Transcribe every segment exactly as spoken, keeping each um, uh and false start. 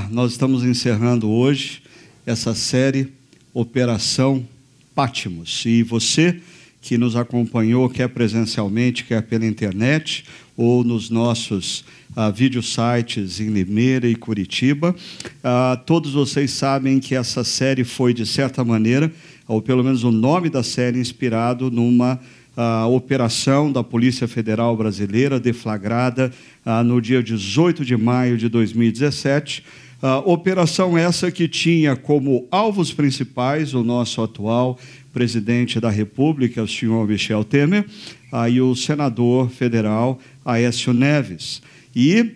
nós estamos encerrando hoje essa série Operação Patmos. E você que nos acompanhou, quer presencialmente, quer pela internet, ou nos nossos uh, videosites em Limeira e Curitiba, uh, todos vocês sabem que essa série foi, de certa maneira, ou pelo menos o nome da série, inspirado numa uh, operação da Polícia Federal Brasileira, deflagrada uh, no dia dezoito de maio de dois mil e dezessete, uh, operação essa que tinha como alvos principais o nosso atual presidente da República, o senhor Michel Temer, uh, e o senador federal Aécio Neves. E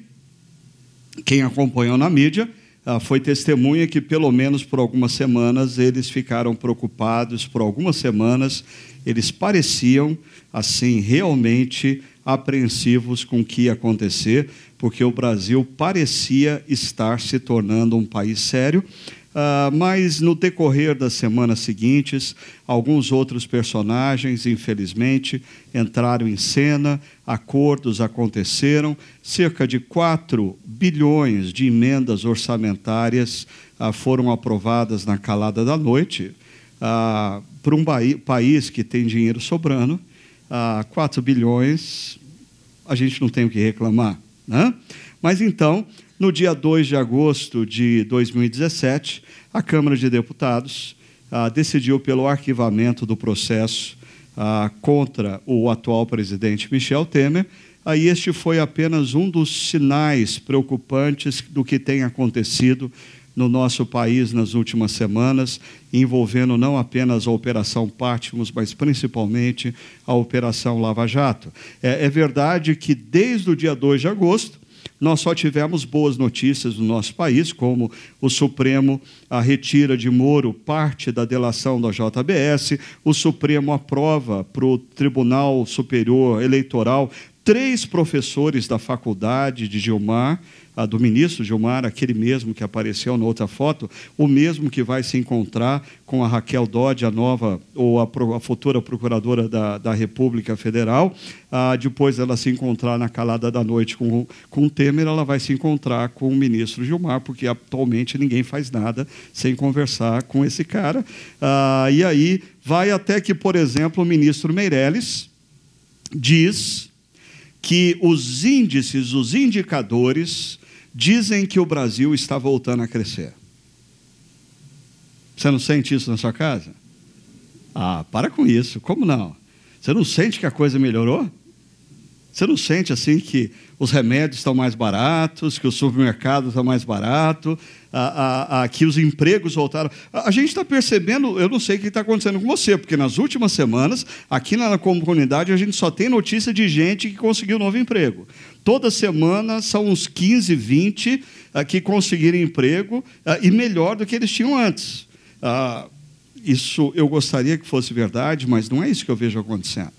quem acompanhou na mídia uh, foi testemunha que, pelo menos por algumas semanas, eles ficaram preocupados, por algumas semanas, eles pareciam, assim, realmente apreensivos com o que ia acontecer, porque o Brasil parecia estar se tornando um país sério. Uh, mas, no decorrer das semanas seguintes, alguns outros personagens, infelizmente, entraram em cena, acordos aconteceram, cerca de quatro bilhões de emendas orçamentárias uh, foram aprovadas na calada da noite. Uh, para um país que tem dinheiro sobrando, uh, quatro bilhões, a gente não tem o que reclamar, né? Mas, então, no dia dois de agosto de dois mil e dezessete, a Câmara de Deputados ah, decidiu pelo arquivamento do processo ah, contra o atual presidente Michel Temer. Aí este foi apenas um dos sinais preocupantes do que tem acontecido no nosso país nas últimas semanas, envolvendo não apenas a Operação Patmos, mas principalmente a Operação Lava Jato. É, é verdade que desde o dia dois de agosto, nós só tivemos boas notícias no nosso país, como o Supremo a retira de Moro parte da delação da J B S, o Supremo aprova para o Tribunal Superior Eleitoral três professores da faculdade de Gilmar, a do ministro Gilmar, aquele mesmo que apareceu na outra foto, o mesmo que vai se encontrar com a Raquel Dodge, a nova, ou a, a futura procuradora da, da República Federal. Ah, depois dela se encontrar na calada da noite com, com o Temer, ela vai se encontrar com o ministro Gilmar, porque atualmente ninguém faz nada sem conversar com esse cara. Ah, e aí vai até que, por exemplo, o ministro Meirelles diz que os índices, os indicadores, dizem que o Brasil está voltando a crescer. Você não sente isso na sua casa? Ah, para com isso. Como não? Você não sente que a coisa melhorou? Você não sente assim que os remédios estão mais baratos, que o supermercado está mais barato, a, a, a, que os empregos voltaram? A, a gente está percebendo, eu não sei o que está acontecendo com você, porque nas últimas semanas, aqui na comunidade, a gente só tem notícia de gente que conseguiu novo emprego. Toda semana são uns quinze, vinte uh, que conseguiram emprego, uh, e melhor do que eles tinham antes. Uh, isso eu gostaria que fosse verdade, mas não é isso que eu vejo acontecendo.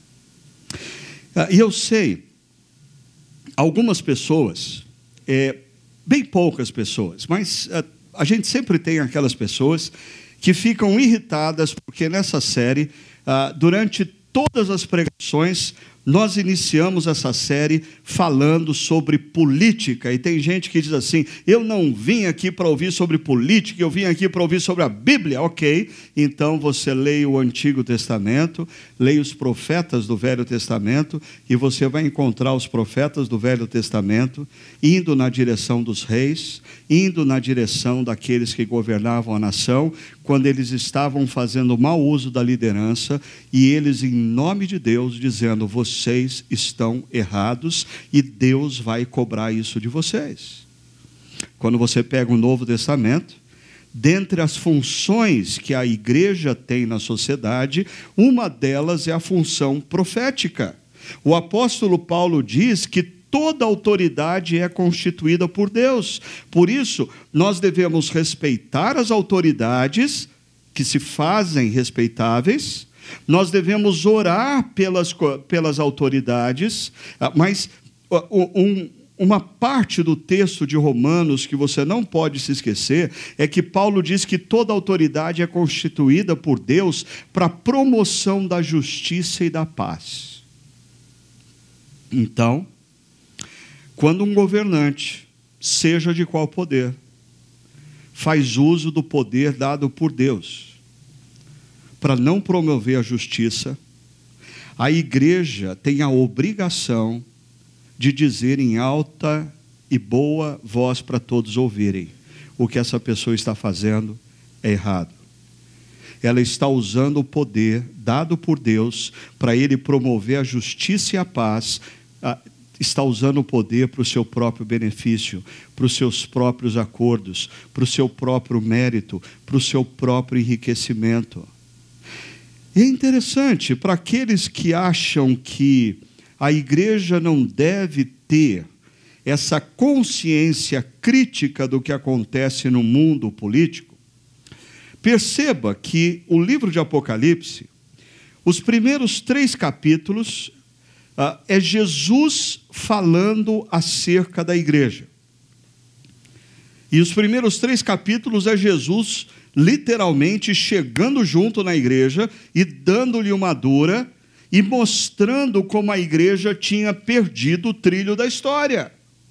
E eu sei, algumas pessoas, é, bem poucas pessoas, mas a, a gente sempre tem aquelas pessoas que ficam irritadas porque nessa série, ah, durante todas as pregações, nós iniciamos essa série falando sobre política, e tem gente que diz assim, eu não vim aqui para ouvir sobre política, eu vim aqui para ouvir sobre a Bíblia. Ok, então você leia o Antigo Testamento, leia os profetas do Velho Testamento, e você vai encontrar os profetas do Velho Testamento indo na direção dos reis, indo na direção daqueles que governavam a nação, quando eles estavam fazendo mau uso da liderança, e eles, em nome de Deus, dizendo, vocês estão errados e Deus vai cobrar isso de vocês. Quando você pega o Novo Testamento, dentre as funções que a igreja tem na sociedade, uma delas é a função profética. O apóstolo Paulo diz que toda autoridade é constituída por Deus. Por isso, nós devemos respeitar as autoridades que se fazem respeitáveis, nós devemos orar pelas, pelas autoridades, mas um, uma parte do texto de Romanos que você não pode se esquecer é que Paulo diz que toda autoridade é constituída por Deus para a promoção da justiça e da paz. Então, quando um governante, seja de qual poder, faz uso do poder dado por Deus para não promover a justiça, a igreja tem a obrigação de dizer em alta e boa voz para todos ouvirem: o que essa pessoa está fazendo é errado. Ela está usando o poder dado por Deus para ele promover a justiça e a paz, está usando o poder para o seu próprio benefício, para os seus próprios acordos, para o seu próprio mérito, para o seu próprio enriquecimento. E é interessante, para aqueles que acham que a igreja não deve ter essa consciência crítica do que acontece no mundo político, perceba que o livro de Apocalipse, os primeiros três capítulos, uh, é Jesus falando acerca da igreja. E os primeiros três capítulos é Jesus literalmente chegando junto na igreja e dando-lhe uma dura e mostrando como a igreja tinha perdido o trilho da história.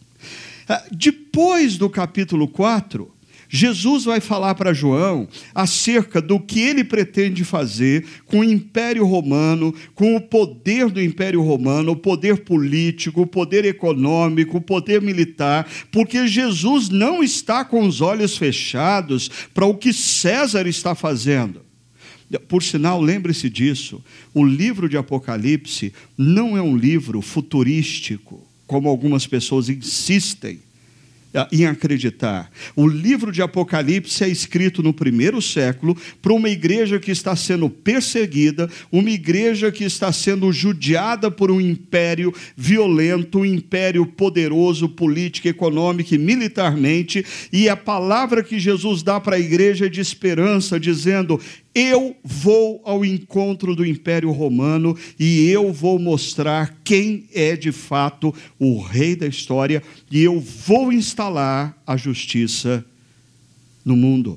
Depois do capítulo quatro, Jesus vai falar para João acerca do que ele pretende fazer com o Império Romano, com o poder do Império Romano, o poder político, o poder econômico, o poder militar, porque Jesus não está com os olhos fechados para o que César está fazendo. Por sinal, lembre-se disso, o livro de Apocalipse não é um livro futurístico, como algumas pessoas insistem em acreditar. O livro de Apocalipse é escrito no primeiro século para uma igreja que está sendo perseguida, uma igreja que está sendo judiada por um império violento, um império poderoso, político, econômico e militarmente, e a palavra que Jesus dá para a igreja é de esperança, dizendo: eu vou ao encontro do Império Romano e eu vou mostrar quem é de fato o rei da história e eu vou instalar a justiça no mundo.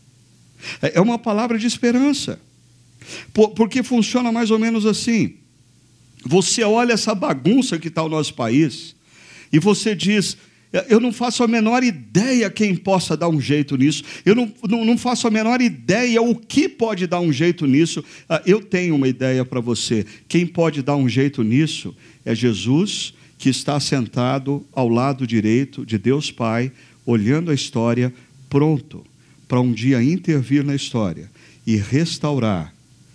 É uma palavra de esperança, porque funciona mais ou menos assim. Você olha essa bagunça que está o nosso país e você diz: eu não faço a menor ideia quem possa dar um jeito nisso. Eu não, não, não faço a menor ideia o que pode dar um jeito nisso. Eu tenho uma ideia para você. Quem pode dar um jeito nisso é Jesus, que está sentado ao lado direito de Deus Pai, olhando a história, pronto para um dia intervir na história e restaurar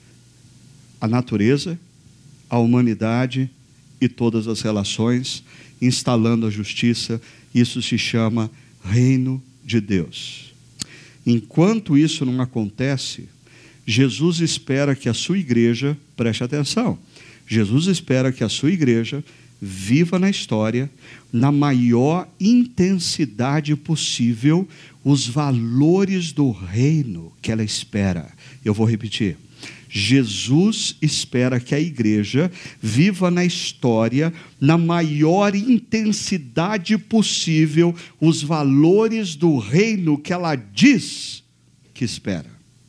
a natureza, a humanidade e todas as relações, instalando a justiça. Isso se chama reino de Deus. Enquanto isso não acontece, Jesus espera que a sua igreja, preste atenção, Jesus espera que a sua igreja viva na história, na maior intensidade possível, os valores do reino que ela espera. Eu vou repetir. Jesus espera que a igreja viva na história, na maior intensidade possível, os valores do reino que ela diz que espera.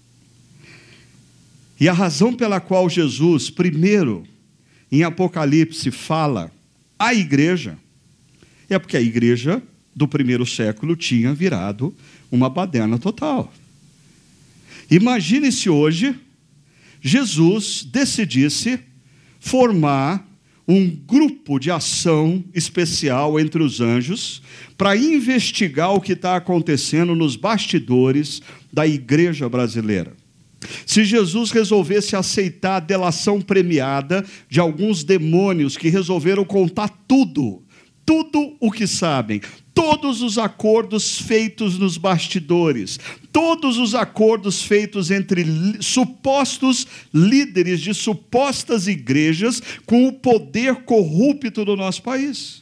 E a razão pela qual Jesus, primeiro, em Apocalipse, fala à igreja, é porque a igreja do primeiro século tinha virado uma baderna total. Imagine se hoje Jesus decidisse formar um grupo de ação especial entre os anjos para investigar o que está acontecendo nos bastidores da igreja brasileira. Se Jesus resolvesse aceitar a delação premiada de alguns demônios que resolveram contar tudo, tudo o que sabem, todos os acordos feitos nos bastidores, todos os acordos feitos entre li- supostos líderes de supostas igrejas com o poder corrupto do nosso país.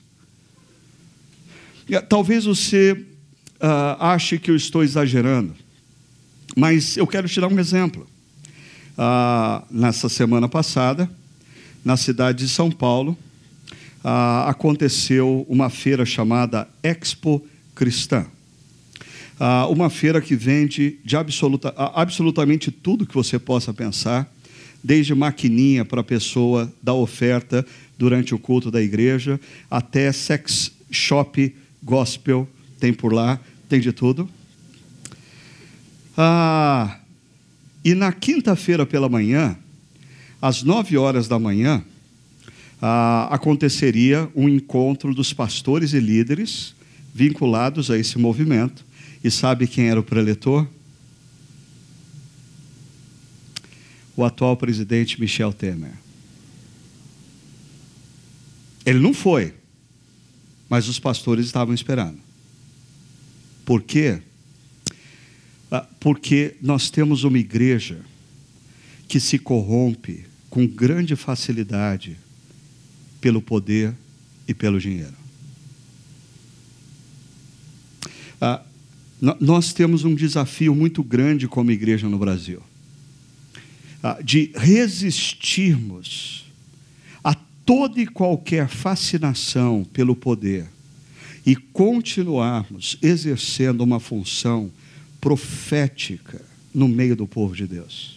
Talvez você uh, ache que eu estou exagerando, mas eu quero te dar um exemplo. Uh, nessa semana passada, na cidade de São Paulo, Uh, aconteceu uma feira chamada Expo Cristã. Uh, uma feira que vende de absoluta, uh, absolutamente tudo que você possa pensar, desde maquininha para a pessoa dar oferta durante o culto da igreja, até sex shop gospel, tem por lá, tem de tudo. Ah, e na quinta-feira pela manhã, às nove horas da manhã, ah, aconteceria um encontro dos pastores e líderes vinculados a esse movimento. E sabe quem era o preletor? O atual presidente Michel Temer. Ele não foi, mas os pastores estavam esperando. Por quê? Porque nós temos uma igreja que se corrompe com grande facilidade pelo poder e pelo dinheiro. Ah, nós temos um desafio muito grande como igreja no Brasil, ah, de resistirmos a toda e qualquer fascinação pelo poder e continuarmos exercendo uma função profética no meio do povo de Deus.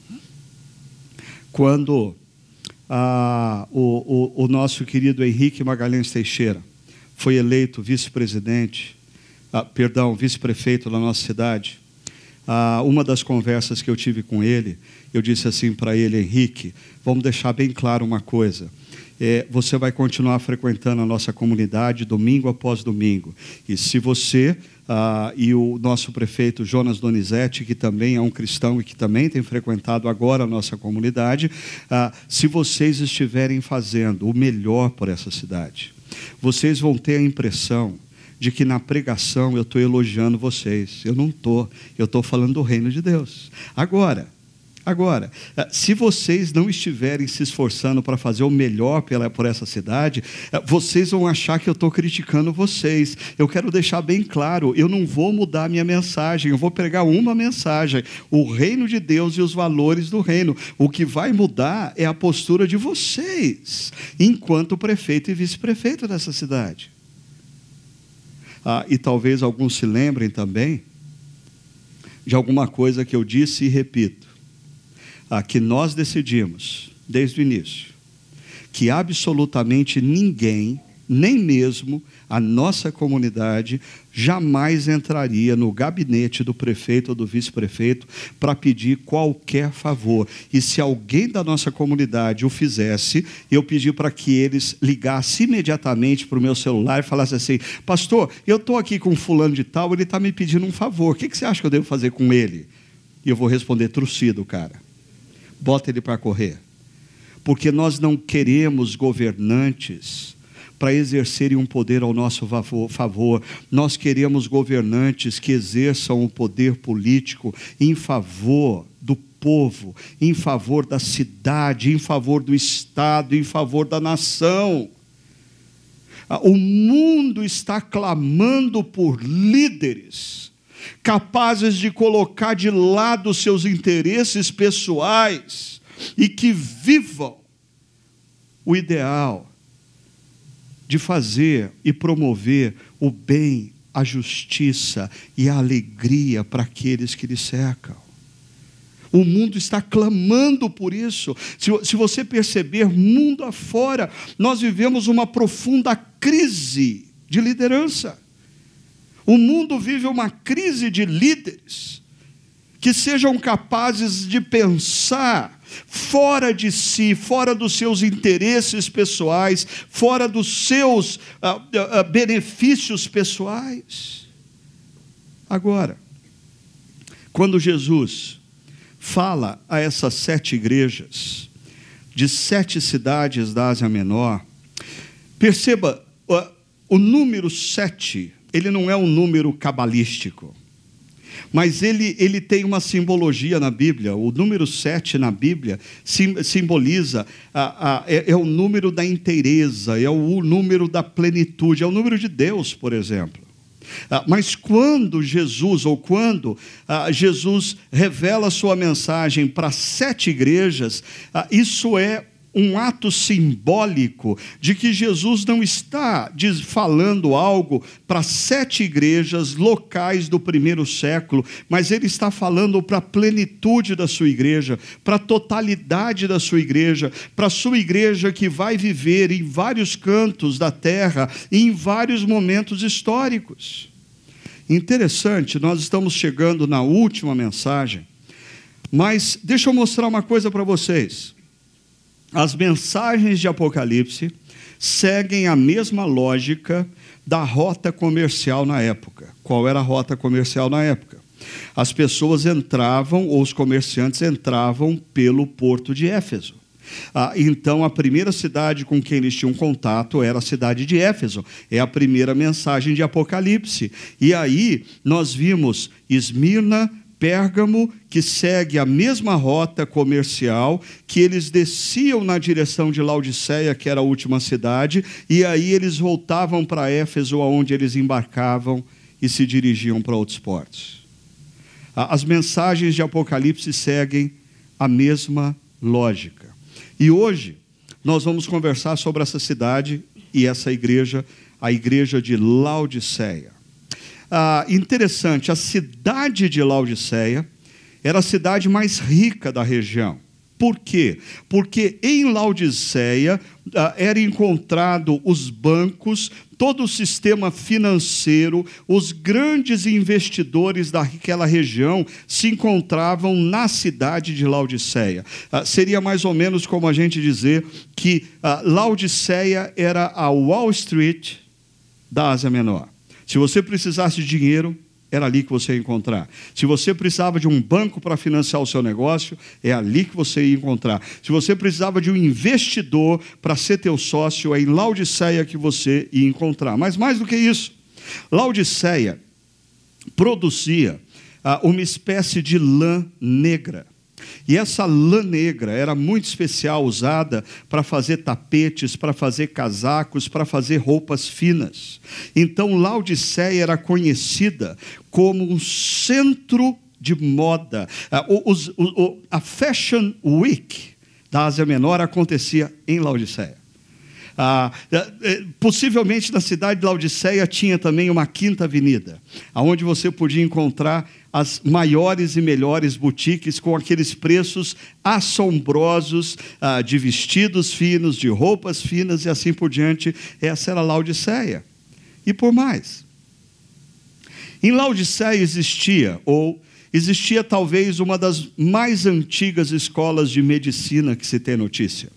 Quando ah, o, o, o nosso querido Henrique Magalhães Teixeira foi eleito vice-presidente, ah, perdão, vice-prefeito da nossa cidade, ah, uma das conversas que eu tive com ele, eu disse assim para ele: Henrique, vamos deixar bem claro uma coisa. É, você vai continuar frequentando a nossa comunidade domingo após domingo. E se você ah, e o nosso prefeito Jonas Donizete, que também é um cristão e que também tem frequentado agora a nossa comunidade, ah, se vocês estiverem fazendo o melhor por essa cidade, vocês vão ter a impressão de que na pregação eu estou elogiando vocês. Eu não estou, eu estou falando do reino de Deus. Agora, Agora, se vocês não estiverem se esforçando para fazer o melhor pela, por essa cidade, vocês vão achar que eu estou criticando vocês. Eu quero deixar bem claro, eu não vou mudar a minha mensagem, eu vou pregar uma mensagem: o reino de Deus e os valores do reino. O que vai mudar é a postura de vocês, enquanto prefeito e vice-prefeito dessa cidade. Ah, e talvez alguns se lembrem também de alguma coisa que eu disse e repito. Ah, que nós decidimos, desde o início, que absolutamente ninguém, nem mesmo a nossa comunidade, jamais entraria no gabinete do prefeito ou do vice-prefeito para pedir qualquer favor. E se alguém da nossa comunidade o fizesse, eu pedi para que eles ligassem imediatamente para o meu celular e falassem assim: pastor, eu estou aqui com fulano de tal, ele está me pedindo um favor, o que, que você acha que eu devo fazer com ele? E eu vou responder: trucido, cara. Bota ele para correr. Porque nós não queremos governantes para exercerem um poder ao nosso favor. Nós queremos governantes que exerçam o poder político em favor do povo, em favor da cidade, em favor do Estado, em favor da nação. O mundo está clamando por líderes capazes de colocar de lado seus interesses pessoais e que vivam o ideal de fazer e promover o bem, a justiça e a alegria para aqueles que lhe cercam. O mundo está clamando por isso. Se, se você perceber, mundo afora, nós vivemos uma profunda crise de liderança. O mundo vive uma crise de líderes que sejam capazes de pensar fora de si, fora dos seus interesses pessoais, fora dos seus uh, uh, benefícios pessoais. Agora, quando Jesus fala a essas sete igrejas de sete cidades da Ásia Menor, perceba, uh, o número sete, ele não é um número cabalístico, mas ele, ele tem uma simbologia na Bíblia. O número sete na Bíblia sim, simboliza, a, a, é, é o número da inteireza, é o número da plenitude, é o número de Deus, por exemplo. Ah, mas quando Jesus, ou quando ah, Jesus revela a sua mensagem para sete igrejas, ah, isso é um ato simbólico de que Jesus não está falando algo para sete igrejas locais do primeiro século, mas ele está falando para a plenitude da sua igreja, para a totalidade da sua igreja, para a sua igreja que vai viver em vários cantos da terra e em vários momentos históricos. Interessante, nós estamos chegando na última mensagem, mas deixa eu mostrar uma coisa para vocês. As mensagens de Apocalipse seguem a mesma lógica da rota comercial na época. Qual era a rota comercial na época? As pessoas entravam, ou os comerciantes entravam pelo porto de Éfeso. Ah, então, a primeira cidade com quem eles tinham contato era a cidade de Éfeso. É a primeira mensagem de Apocalipse. E aí, nós vimos Esmirna, Pérgamo, que segue a mesma rota comercial, que eles desciam na direção de Laodiceia, que era a última cidade, e aí eles voltavam para Éfeso, onde eles embarcavam e se dirigiam para outros portos. As mensagens de Apocalipse seguem a mesma lógica. E hoje nós vamos conversar sobre essa cidade e essa igreja, a igreja de Laodiceia. Ah, interessante, a cidade de Laodiceia era a cidade mais rica da região. Por quê? Porque em Laodiceia ah, era encontrado os bancos, todo o sistema financeiro, os grandes investidores daquela região se encontravam na cidade de Laodiceia. Ah, seria mais ou menos como a gente dizer que ah, Laodiceia era a Wall Street da Ásia Menor. Se você precisasse de dinheiro, era ali que você ia encontrar. Se você precisava de um banco para financiar o seu negócio, é ali que você ia encontrar. Se você precisava de um investidor para ser teu sócio, é em Laodiceia que você ia encontrar. Mas mais do que isso, Laodiceia produzia ah, uma espécie de lã negra. E essa lã negra era muito especial, usada para fazer tapetes, para fazer casacos, para fazer roupas finas. Então, Laodiceia era conhecida como um centro de moda. A Fashion Week da Ásia Menor acontecia em Laodiceia. Ah, possivelmente na cidade de Laodiceia tinha também uma quinta avenida, onde você podia encontrar as maiores e melhores boutiques com aqueles preços assombrosos ah, de vestidos finos, de roupas finas e assim por diante. Essa era Laodiceia. E por mais. Em Laodiceia existia, ou existia talvez uma das mais antigas escolas de medicina que se tem notícia.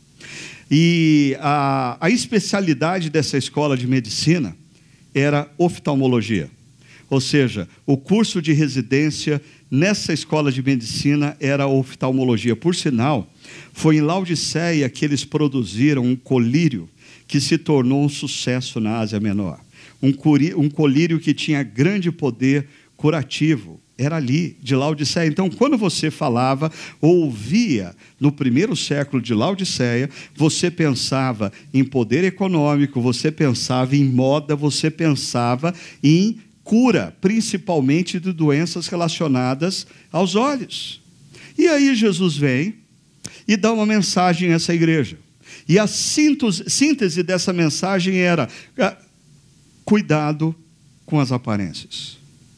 E a, a especialidade dessa escola de medicina era oftalmologia. Ou seja, o curso de residência nessa escola de medicina era oftalmologia. Por sinal, foi em Laodiceia que eles produziram um colírio que se tornou um sucesso na Ásia Menor. Um, curi, um colírio que tinha grande poder curativo. Era ali, de Laodiceia. Então, quando você falava, ou ouvia no primeiro século de Laodiceia, você pensava em poder econômico, você pensava em moda, você pensava em cura, principalmente de doenças relacionadas aos olhos. E aí Jesus vem e dá uma mensagem a essa igreja. E a síntese dessa mensagem era: cuidado com as aparências.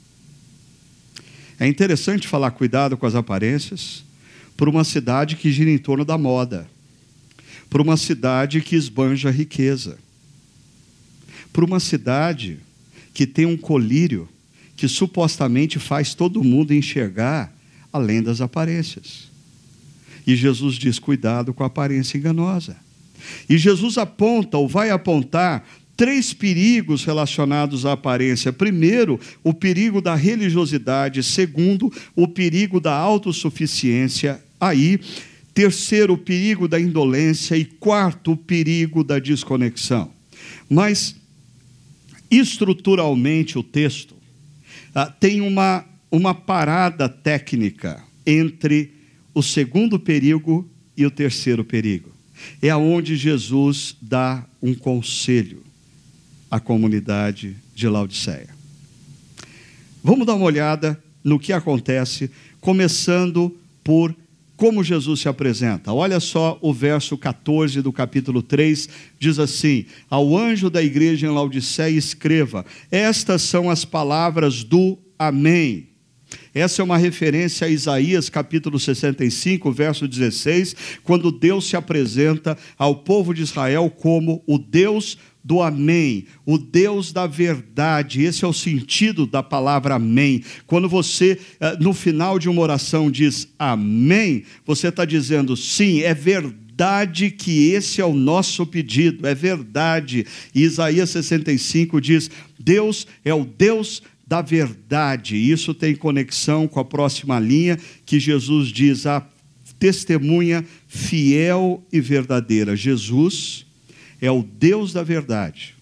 É interessante falar cuidado com as aparências por uma cidade que gira em torno da moda, por uma cidade que esbanja riqueza, por uma cidade que tem um colírio que supostamente faz todo mundo enxergar além das aparências. E Jesus diz: cuidado com a aparência enganosa. E Jesus aponta, ou vai apontar, três perigos relacionados à aparência. Primeiro, o perigo da religiosidade. Segundo, o perigo da autossuficiência. Aí, terceiro, o perigo da indolência. E quarto, o perigo da desconexão. Mas, estruturalmente, o texto ah, tem uma, uma parada técnica entre o segundo perigo e o terceiro perigo. É aonde Jesus dá um conselho à comunidade de Laodiceia. Vamos dar uma olhada no que acontece, começando por como Jesus se apresenta. Olha só o verso catorze do capítulo três, diz assim: ao anjo da igreja em Laodiceia escreva: estas são as palavras do Amém. Essa é uma referência a Isaías capítulo sessenta e cinco, verso dezesseis, quando Deus se apresenta ao povo de Israel como o Deus do amém, o Deus da verdade. Esse é o sentido da palavra amém. Quando você, no final de uma oração, diz amém, você está dizendo, sim, é verdade que esse é o nosso pedido, é verdade. E Isaías sessenta e cinco diz, Deus é o Deus da verdade. Isso tem conexão com a próxima linha, que Jesus diz, a testemunha fiel e verdadeira. Jesus é o Deus da verdade.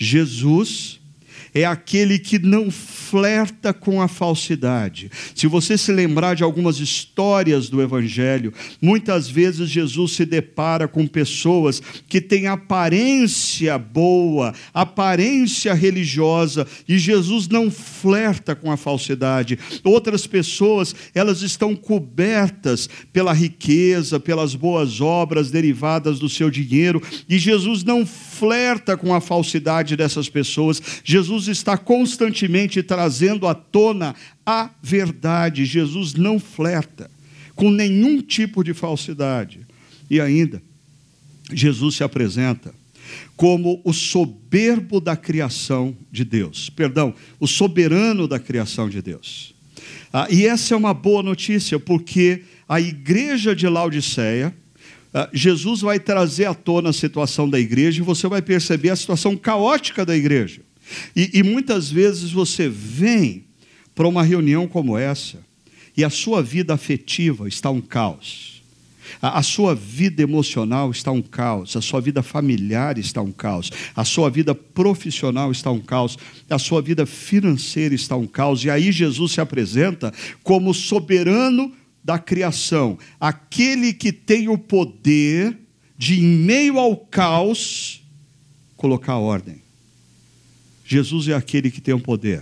Jesus é aquele que não flerta com a falsidade. Se você se lembrar de algumas histórias do Evangelho, muitas vezes Jesus se depara com pessoas que têm aparência boa, aparência religiosa, e Jesus não flerta com a falsidade. Outras pessoas, elas estão cobertas pela riqueza, pelas boas obras derivadas do seu dinheiro, e Jesus não flerta com a falsidade dessas pessoas. Jesus está constantemente trazendo à tona a verdade. Jesus não flerta com nenhum tipo de falsidade. E ainda, Jesus se apresenta como o soberbo da criação de Deus. Perdão, o soberano da criação de Deus. Ah, e essa é uma boa notícia, porque a igreja de Laodiceia, ah, Jesus vai trazer à tona a situação da igreja, e você vai perceber a situação caótica da igreja. E, e muitas vezes você vem para uma reunião como essa, e a sua vida afetiva está um caos. A, a sua vida emocional está um caos. A sua vida familiar está um caos. A sua vida profissional está um caos. A sua vida financeira está um caos. E aí Jesus se apresenta como soberano da criação. Aquele que tem o poder de, em meio ao caos, colocar ordem. Jesus é aquele que tem o poder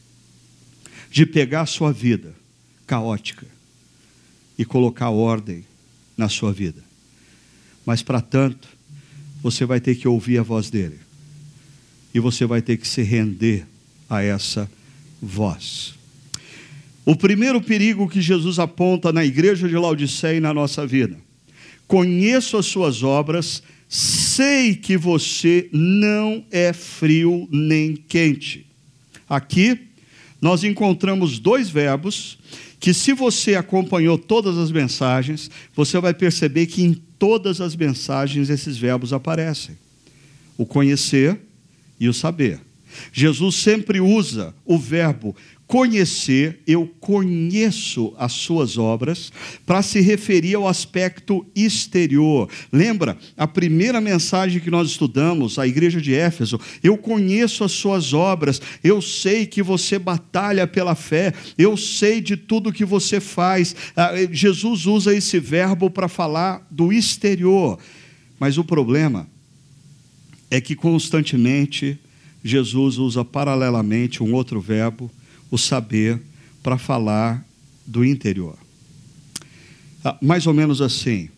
de pegar a sua vida caótica e colocar ordem na sua vida. Mas, para tanto, você vai ter que ouvir a voz dele. E você vai ter que se render a essa voz. O primeiro perigo que Jesus aponta na igreja de Laodiceia e na nossa vida: conheço as suas obras, sei que você não é frio nem quente. Aqui nós encontramos dois verbos que, se você acompanhou todas as mensagens, você vai perceber que em todas as mensagens esses verbos aparecem: o conhecer e o saber. Jesus sempre usa o verbo conhecer, eu conheço as suas obras, para se referir ao aspecto exterior. Lembra a primeira mensagem que nós estudamos, a igreja de Éfeso? Eu conheço as suas obras, eu sei que você batalha pela fé, eu sei de tudo que você faz. Jesus usa esse verbo para falar do exterior, mas o problema é que constantemente Jesus usa paralelamente um outro verbo, o saber, para falar do interior. Ah, mais ou menos assim: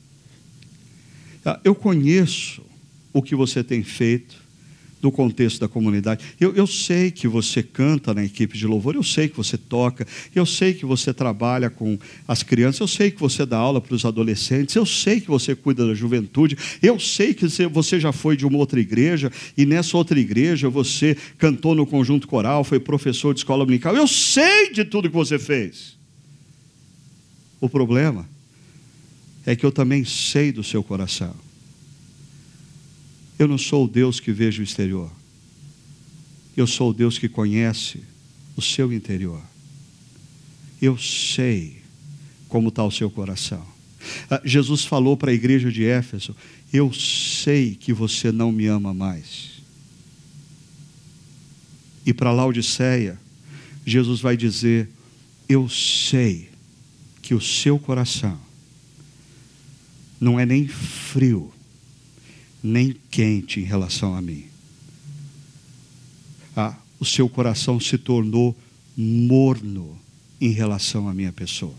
ah, eu conheço o que você tem feito no contexto da comunidade. Eu, eu sei que você canta na equipe de louvor, eu sei que você toca, eu sei que você trabalha com as crianças, eu sei que você dá aula para os adolescentes, eu sei que você cuida da juventude, eu sei que você já foi de uma outra igreja, e nessa outra igreja você cantou no conjunto coral, foi professor de escola dominical, eu sei de tudo que você fez. O problema é que eu também sei do seu coração. Eu não sou o Deus que veja o exterior. Eu sou o Deus que conhece o seu interior. Eu sei como está o seu coração. Ah, Jesus falou para a igreja de Éfeso: eu sei que você não me ama mais. E para Laodiceia, Jesus vai dizer: eu sei que o seu coração não é nem frio, nem quente em relação a mim. Ah, o seu coração se tornou morno em relação à minha pessoa.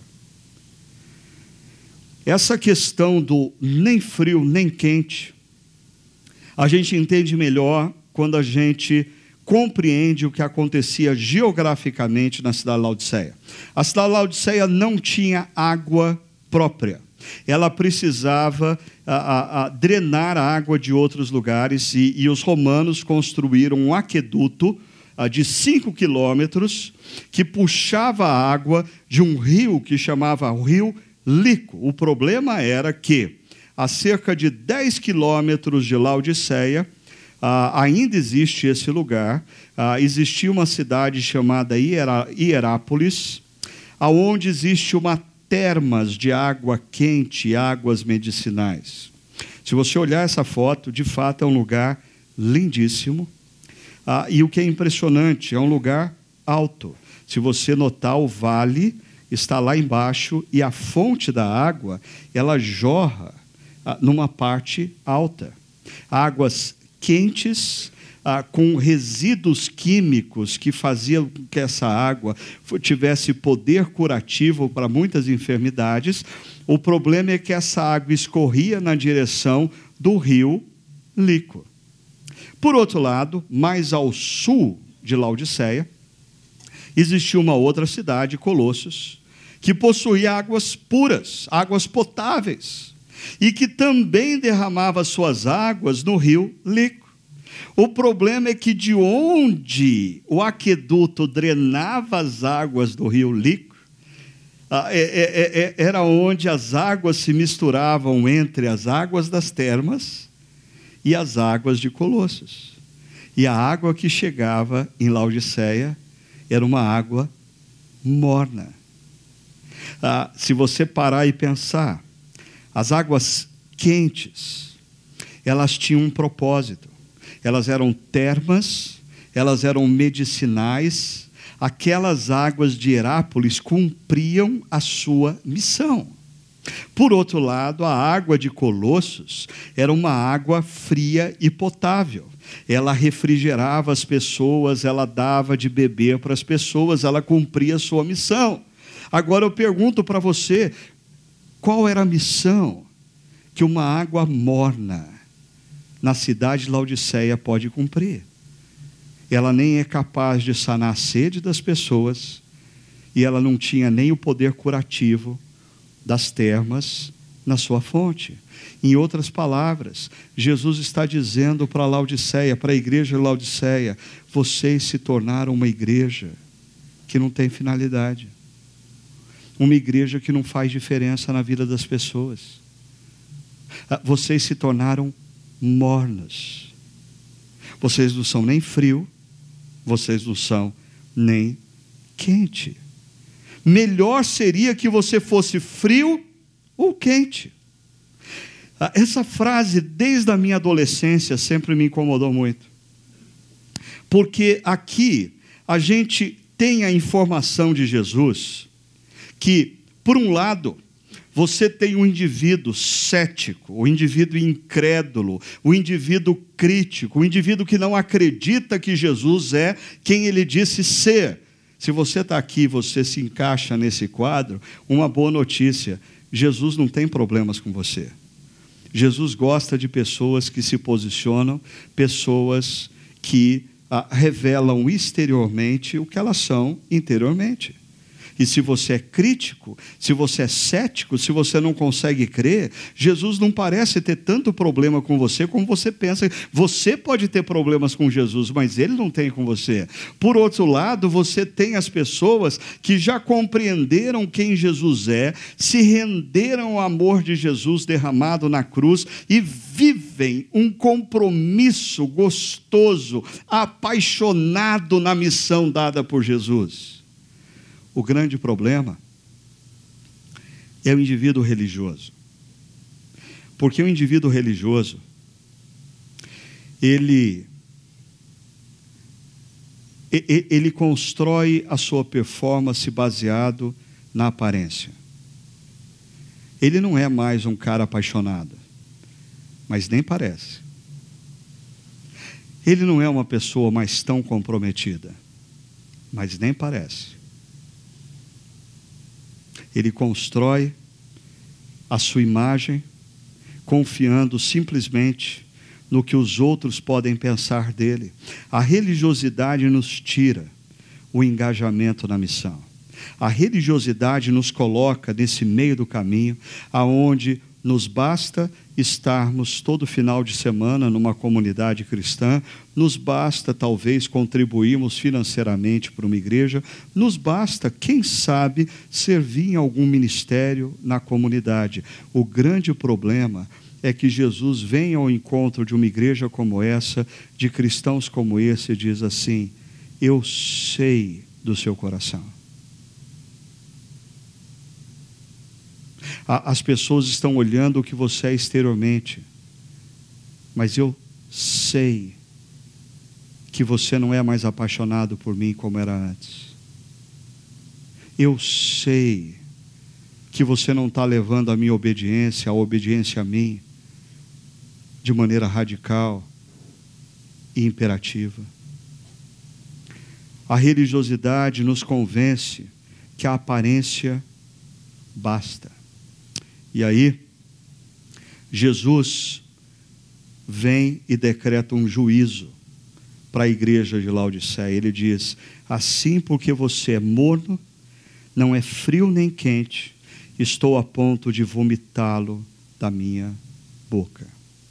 Essa questão do nem frio, nem quente, a gente entende melhor quando a gente compreende o que acontecia geograficamente na cidade de Laodiceia. A cidade de Laodiceia não tinha água própria. ela precisava a, a, a, drenar a água de outros lugares, e, e os romanos construíram um aqueduto a, de cinco quilômetros que puxava a água de um rio que chamava o Rio Lico. O problema era que, a cerca de dez quilômetros de Laodiceia, ah, ainda existe esse lugar, ah, existia uma cidade chamada Hierá, Hierápolis, aonde existe uma termas de água quente, águas medicinais. Se você olhar essa foto, de fato é um lugar lindíssimo, ah, e o que é impressionante, é um lugar alto. Se você notar, o vale está lá embaixo, e a fonte da água, ela jorra ah, numa parte alta. Águas quentes, ah, com resíduos químicos que faziam com que essa água tivesse poder curativo para muitas enfermidades. O problema é que essa água escorria na direção do rio Lico. Por outro lado, mais ao sul de Laodiceia, existia uma outra cidade, Colossos, que possuía águas puras, águas potáveis, e que também derramava suas águas no rio Lico. O problema é que de onde o aqueduto drenava as águas do rio Lico, era onde as águas se misturavam entre as águas das termas e as águas de Colossos. E a água que chegava em Laodiceia era uma água morna. Ah, se você parar e pensar, as águas quentes, elas tinham um propósito. Elas eram termas, elas eram medicinais. Aquelas águas de Hierápolis cumpriam a sua missão. Por outro lado, a água de Colossos era uma água fria e potável. Ela refrigerava as pessoas, ela dava de beber para as pessoas, ela cumpria a sua missão. Agora eu pergunto para você, qual era a missão que uma água morna na cidade de Laodiceia pode cumprir? Ela nem é capaz de sanar a sede das pessoas, e ela não tinha nem o poder curativo das termas na sua fonte. Em outras palavras, Jesus está dizendo para Laodiceia, para a igreja de Laodiceia, vocês se tornaram uma igreja que não tem finalidade. Uma igreja que não faz diferença na vida das pessoas. Vocês se tornaram mornos. Vocês não são nem frio, vocês não são nem quente. Melhor seria que você fosse frio ou quente. Essa frase, desde a minha adolescência, sempre me incomodou muito. Porque aqui a gente tem a informação de Jesus que, por um lado, você tem um indivíduo cético, o indivíduo incrédulo, o indivíduo crítico, o indivíduo que não acredita que Jesus é quem ele disse ser. Se você está aqui, você se encaixa nesse quadro, uma boa notícia, Jesus não tem problemas com você. Jesus gosta de pessoas que se posicionam, pessoas que ah, revelam exteriormente o que elas são interiormente. E se você é crítico, se você é cético, se você não consegue crer, Jesus não parece ter tanto problema com você como você pensa. Você pode ter problemas com Jesus, mas Ele não tem com você. Por outro lado, você tem as pessoas que já compreenderam quem Jesus é, se renderam ao amor de Jesus derramado na cruz e vivem um compromisso gostoso, apaixonado na missão dada por Jesus. O grande problema é o indivíduo religioso. Porque o indivíduo religioso, ele, ele constrói a sua performance baseado na aparência. Ele não é mais um cara apaixonado, mas nem parece. Ele não é uma pessoa mais tão comprometida, mas nem parece. Ele constrói a sua imagem confiando simplesmente no que os outros podem pensar dele. A religiosidade nos tira o engajamento na missão. A religiosidade nos coloca nesse meio do caminho, aonde nos basta estarmos todo final de semana numa comunidade cristã, nos basta talvez contribuirmos financeiramente para uma igreja, nos basta, quem sabe, servir em algum ministério na comunidade. O grande problema é que Jesus vem ao encontro de uma igreja como essa, de cristãos como esse, e diz assim: eu sei do seu coração. As pessoas estão olhando o que você é exteriormente, mas eu sei que você não é mais apaixonado por mim como era antes. Eu sei que você não está levando a minha obediência, a obediência a mim, de maneira radical e imperativa. A religiosidade nos convence que a aparência basta. E aí, Jesus vem e decreta um juízo para a igreja de Laodiceia. Ele diz: assim, porque você é morno, não é frio nem quente, estou a ponto de vomitá-lo da minha boca.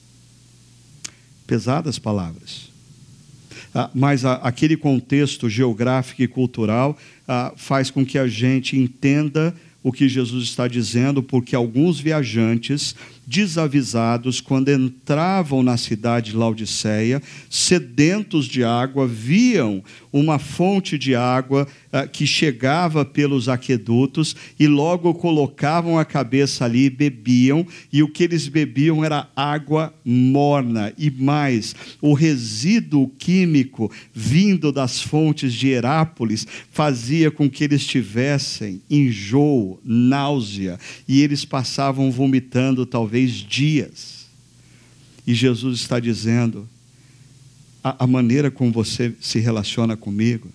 Pesadas palavras. Ah, mas a, aquele contexto geográfico e cultural ah, faz com que a gente entenda o que Jesus está dizendo, porque alguns viajantes desavisados, quando entravam na cidade de Laodiceia, sedentos de água, viam uma fonte de água uh, que chegava pelos aquedutos e logo colocavam a cabeça ali e bebiam, e o que eles bebiam era água morna. E mais, o resíduo químico vindo das fontes de Herápolis fazia com que eles tivessem enjoo, náusea, e eles passavam vomitando talvez dias. E Jesus está dizendo: a, a maneira como você se relaciona comigo,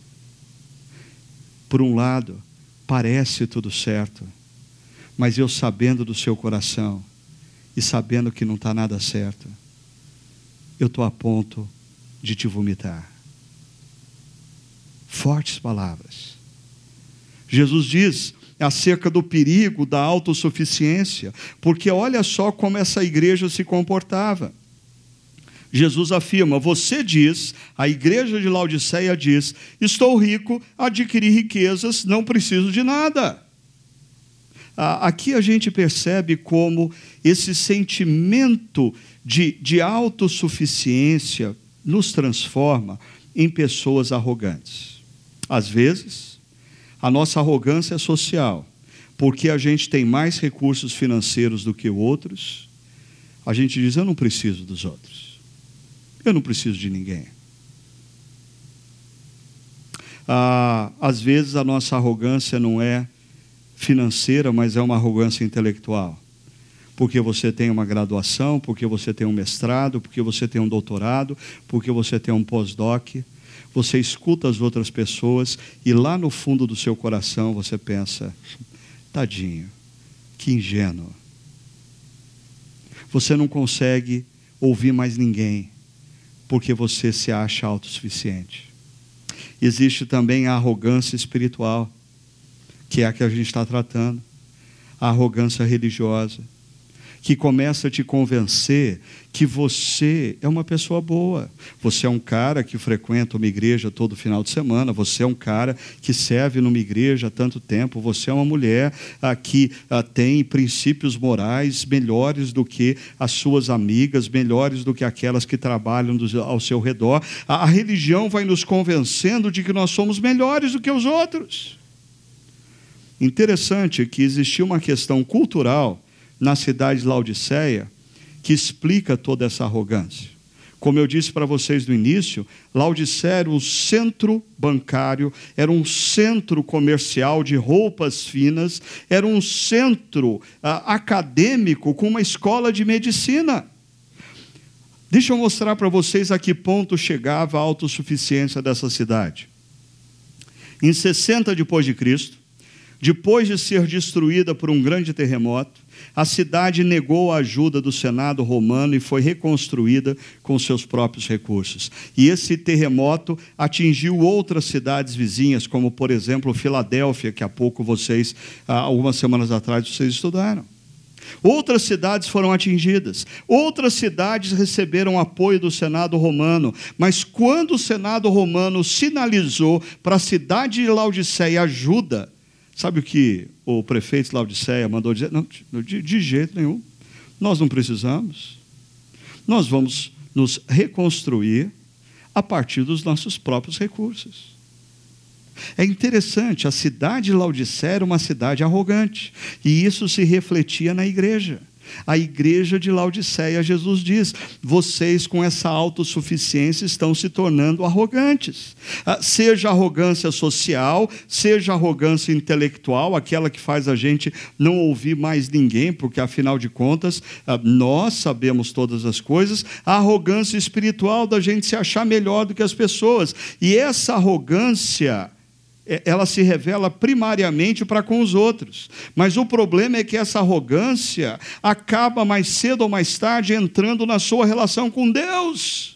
por um lado, parece tudo certo, mas eu, sabendo do seu coração e sabendo que não está nada certo, eu estou a ponto de te vomitar. Fortes palavras. Jesus diz acerca do perigo da autossuficiência, porque olha só como essa igreja se comportava. Jesus afirma: você diz, a igreja de Laodiceia diz, estou rico, adquiri riquezas, não preciso de nada. Aqui a gente percebe como esse sentimento de, de autossuficiência nos transforma em pessoas arrogantes. Às vezes, a nossa arrogância é social, porque a gente tem mais recursos financeiros do que outros. A gente diz: eu não preciso dos outros, eu não preciso de ninguém. Ah, às vezes a nossa arrogância não é financeira, mas é uma arrogância intelectual, porque você tem uma graduação, porque você tem um mestrado, porque você tem um doutorado, porque você tem um pós-doc. Você escuta as outras pessoas e lá no fundo do seu coração você pensa: tadinho, que ingênuo. Você não consegue ouvir mais ninguém, porque você se acha autossuficiente. Existe também a arrogância espiritual, que é a que a gente está tratando. A arrogância religiosa, que começa a te convencer que você é uma pessoa boa. Você é um cara que frequenta uma igreja todo final de semana, você é um cara que serve numa igreja há tanto tempo, você é uma mulher ah, que ah, tem princípios morais melhores do que as suas amigas, melhores do que aquelas que trabalham do, ao seu redor. A, a religião vai nos convencendo de que nós somos melhores do que os outros. Interessante que existia uma questão cultural na cidade de Laodiceia, que explica toda essa arrogância. Como eu disse para vocês no início, Laodiceia era um centro bancário, era um centro comercial de roupas finas, era um centro ah, acadêmico com uma escola de medicina. Deixa eu mostrar para vocês a que ponto chegava a autossuficiência dessa cidade. Em sessenta depois de Cristo, depois de ser destruída por um grande terremoto, a cidade negou a ajuda do Senado romano e foi reconstruída com seus próprios recursos. E esse terremoto atingiu outras cidades vizinhas, como, por exemplo, Filadélfia, que há pouco vocês, há algumas semanas atrás, vocês estudaram. Outras cidades foram atingidas, outras cidades receberam apoio do Senado romano, mas quando o Senado romano sinalizou para a cidade de Laodiceia ajuda, sabe o que o prefeito de Laodiceia mandou dizer? Não, de, de jeito nenhum, nós não precisamos, nós vamos nos reconstruir a partir dos nossos próprios recursos. É interessante, a cidade de Laodiceia era uma cidade arrogante, e isso se refletia na igreja. A igreja de Laodiceia, Jesus diz, vocês com essa autossuficiência estão se tornando arrogantes. Seja arrogância social, seja arrogância intelectual, aquela que faz a gente não ouvir mais ninguém, porque afinal de contas, nós sabemos todas as coisas. A arrogância espiritual da gente se achar melhor do que as pessoas. E essa arrogância, ela se revela primariamente para com os outros. Mas o problema é que essa arrogância acaba mais cedo ou mais tarde entrando na sua relação com Deus.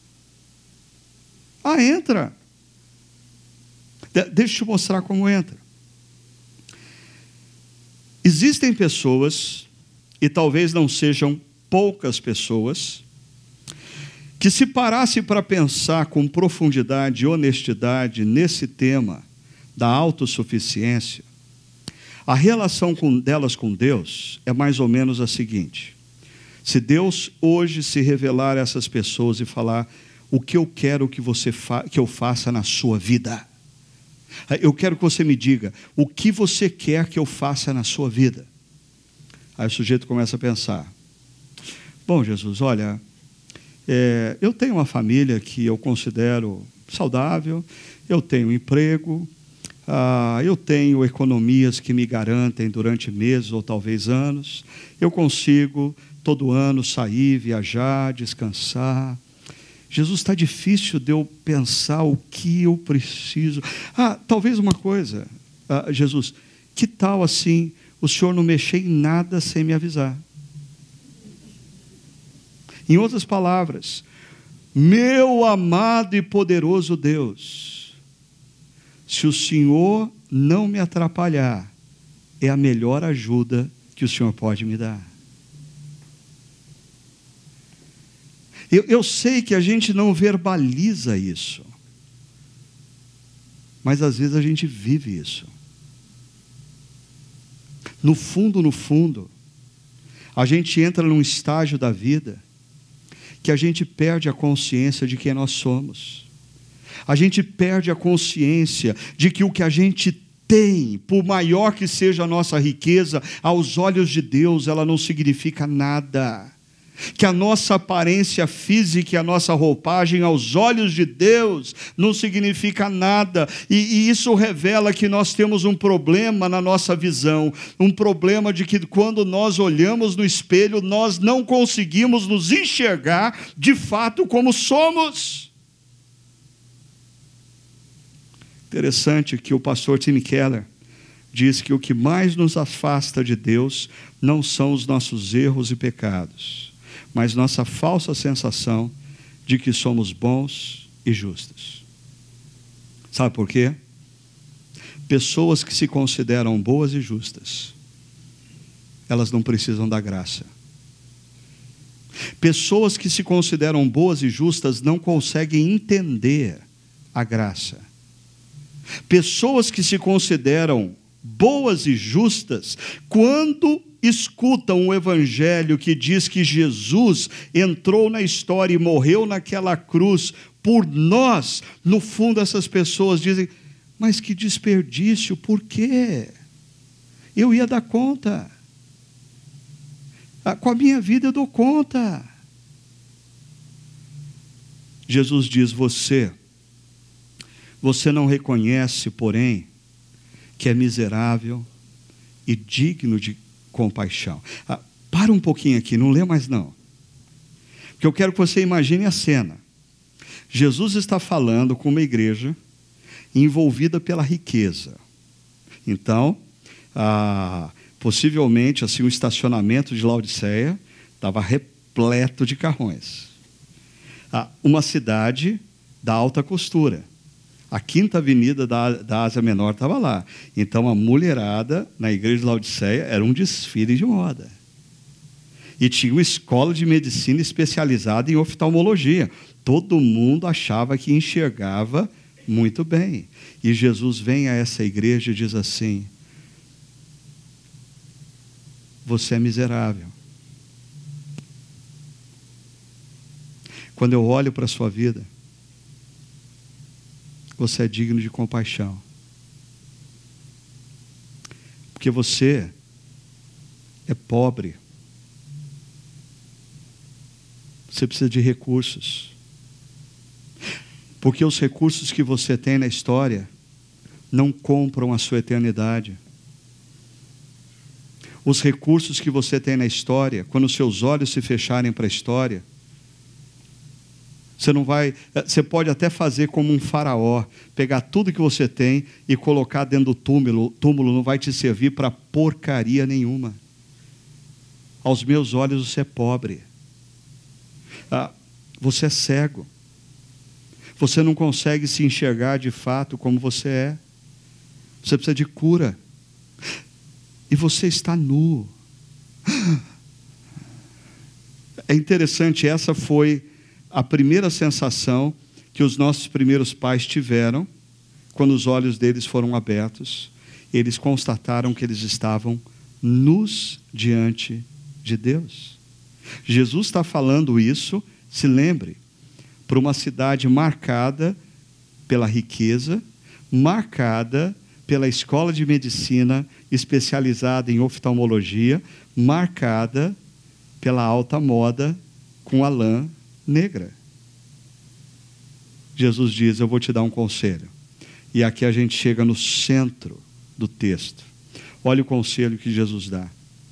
Ah, entra. De- deixa eu te mostrar como entra. Existem pessoas, e talvez não sejam poucas pessoas, que se parasse para pensar com profundidade e honestidade nesse tema da autossuficiência, a relação com, delas com Deus é mais ou menos a seguinte: se Deus hoje se revelar a essas pessoas e falar, o que eu quero que, você fa- que eu faça na sua vida, eu quero que você me diga, o que você quer que eu faça na sua vida? Aí o sujeito começa a pensar, bom, Jesus, olha, é, eu tenho uma família que eu considero saudável, eu tenho um emprego, Ah, eu tenho economias que me garantem durante meses ou talvez anos, eu consigo todo ano sair, viajar, descansar. Jesus, está difícil de eu pensar o que eu preciso. Ah, talvez uma coisa, ah, Jesus, que tal assim, o Senhor não mexer em nada sem me avisar? Em outras palavras, meu amado e poderoso Deus, se o Senhor não me atrapalhar, é a melhor ajuda que o Senhor pode me dar. Eu, eu sei que a gente não verbaliza isso, mas às vezes a gente vive isso. No fundo, no fundo, a gente entra num estágio da vida que a gente perde a consciência de quem nós somos. A gente perde a consciência de que o que a gente tem, por maior que seja a nossa riqueza, aos olhos de Deus ela não significa nada. Que a nossa aparência física e a nossa roupagem aos olhos de Deus não significa nada. E, e isso revela que nós temos um problema na nossa visão. Um problema de que quando nós olhamos no espelho, nós não conseguimos nos enxergar de fato como somos. Interessante que o pastor Tim Keller diz que o que mais nos afasta de Deus não são os nossos erros e pecados, mas nossa falsa sensação de que somos bons e justos. Sabe por quê? Pessoas que se consideram boas e justas, elas não precisam da graça. Pessoas que se consideram boas e justas não conseguem entender a graça. Pessoas que se consideram boas e justas, quando escutam o evangelho que diz que Jesus entrou na história e morreu naquela cruz por nós, no fundo essas pessoas dizem, mas que desperdício, por quê? Eu ia dar conta. Com a minha vida eu dou conta. Jesus diz, você, você não reconhece, porém, que é miserável e digno de compaixão. Ah, para um pouquinho aqui, não lê mais não. Porque eu quero que você imagine a cena. Jesus está falando com uma igreja envolvida pela riqueza. Então, ah, possivelmente assim, o estacionamento de Laodiceia estava repleto de carrões. Ah, uma cidade da alta costura. A Quinta Avenida da, da Ásia Menor estava lá. Então, a mulherada na igreja de Laodiceia era um desfile de moda. E tinha uma escola de medicina especializada em oftalmologia. Todo mundo achava que enxergava muito bem. E Jesus vem a essa igreja e diz assim: você é miserável. Quando eu olho para a sua vida, você é digno de compaixão. Porque você é pobre. Você precisa de recursos. Porque os recursos que você tem na história não compram a sua eternidade. Os recursos que você tem na história, quando os seus olhos se fecharem para a história, você não vai, você pode até fazer como um faraó, pegar tudo que você tem e colocar dentro do túmulo, túmulo não vai te servir para porcaria nenhuma. Aos meus olhos você é pobre. Ah, você é cego. Você não consegue se enxergar de fato como você é. Você precisa de cura. E você está nu. É interessante, essa foi a primeira sensação que os nossos primeiros pais tiveram quando os olhos deles foram abertos. Eles constataram que eles estavam nus diante de Deus. Jesus está falando isso, se lembre, para uma cidade marcada pela riqueza, marcada pela escola de medicina especializada em oftalmologia, marcada pela alta moda com a lã negra. Jesus diz: eu vou te dar um conselho. E aqui a gente chega no centro do texto. Olha o conselho que Jesus dá.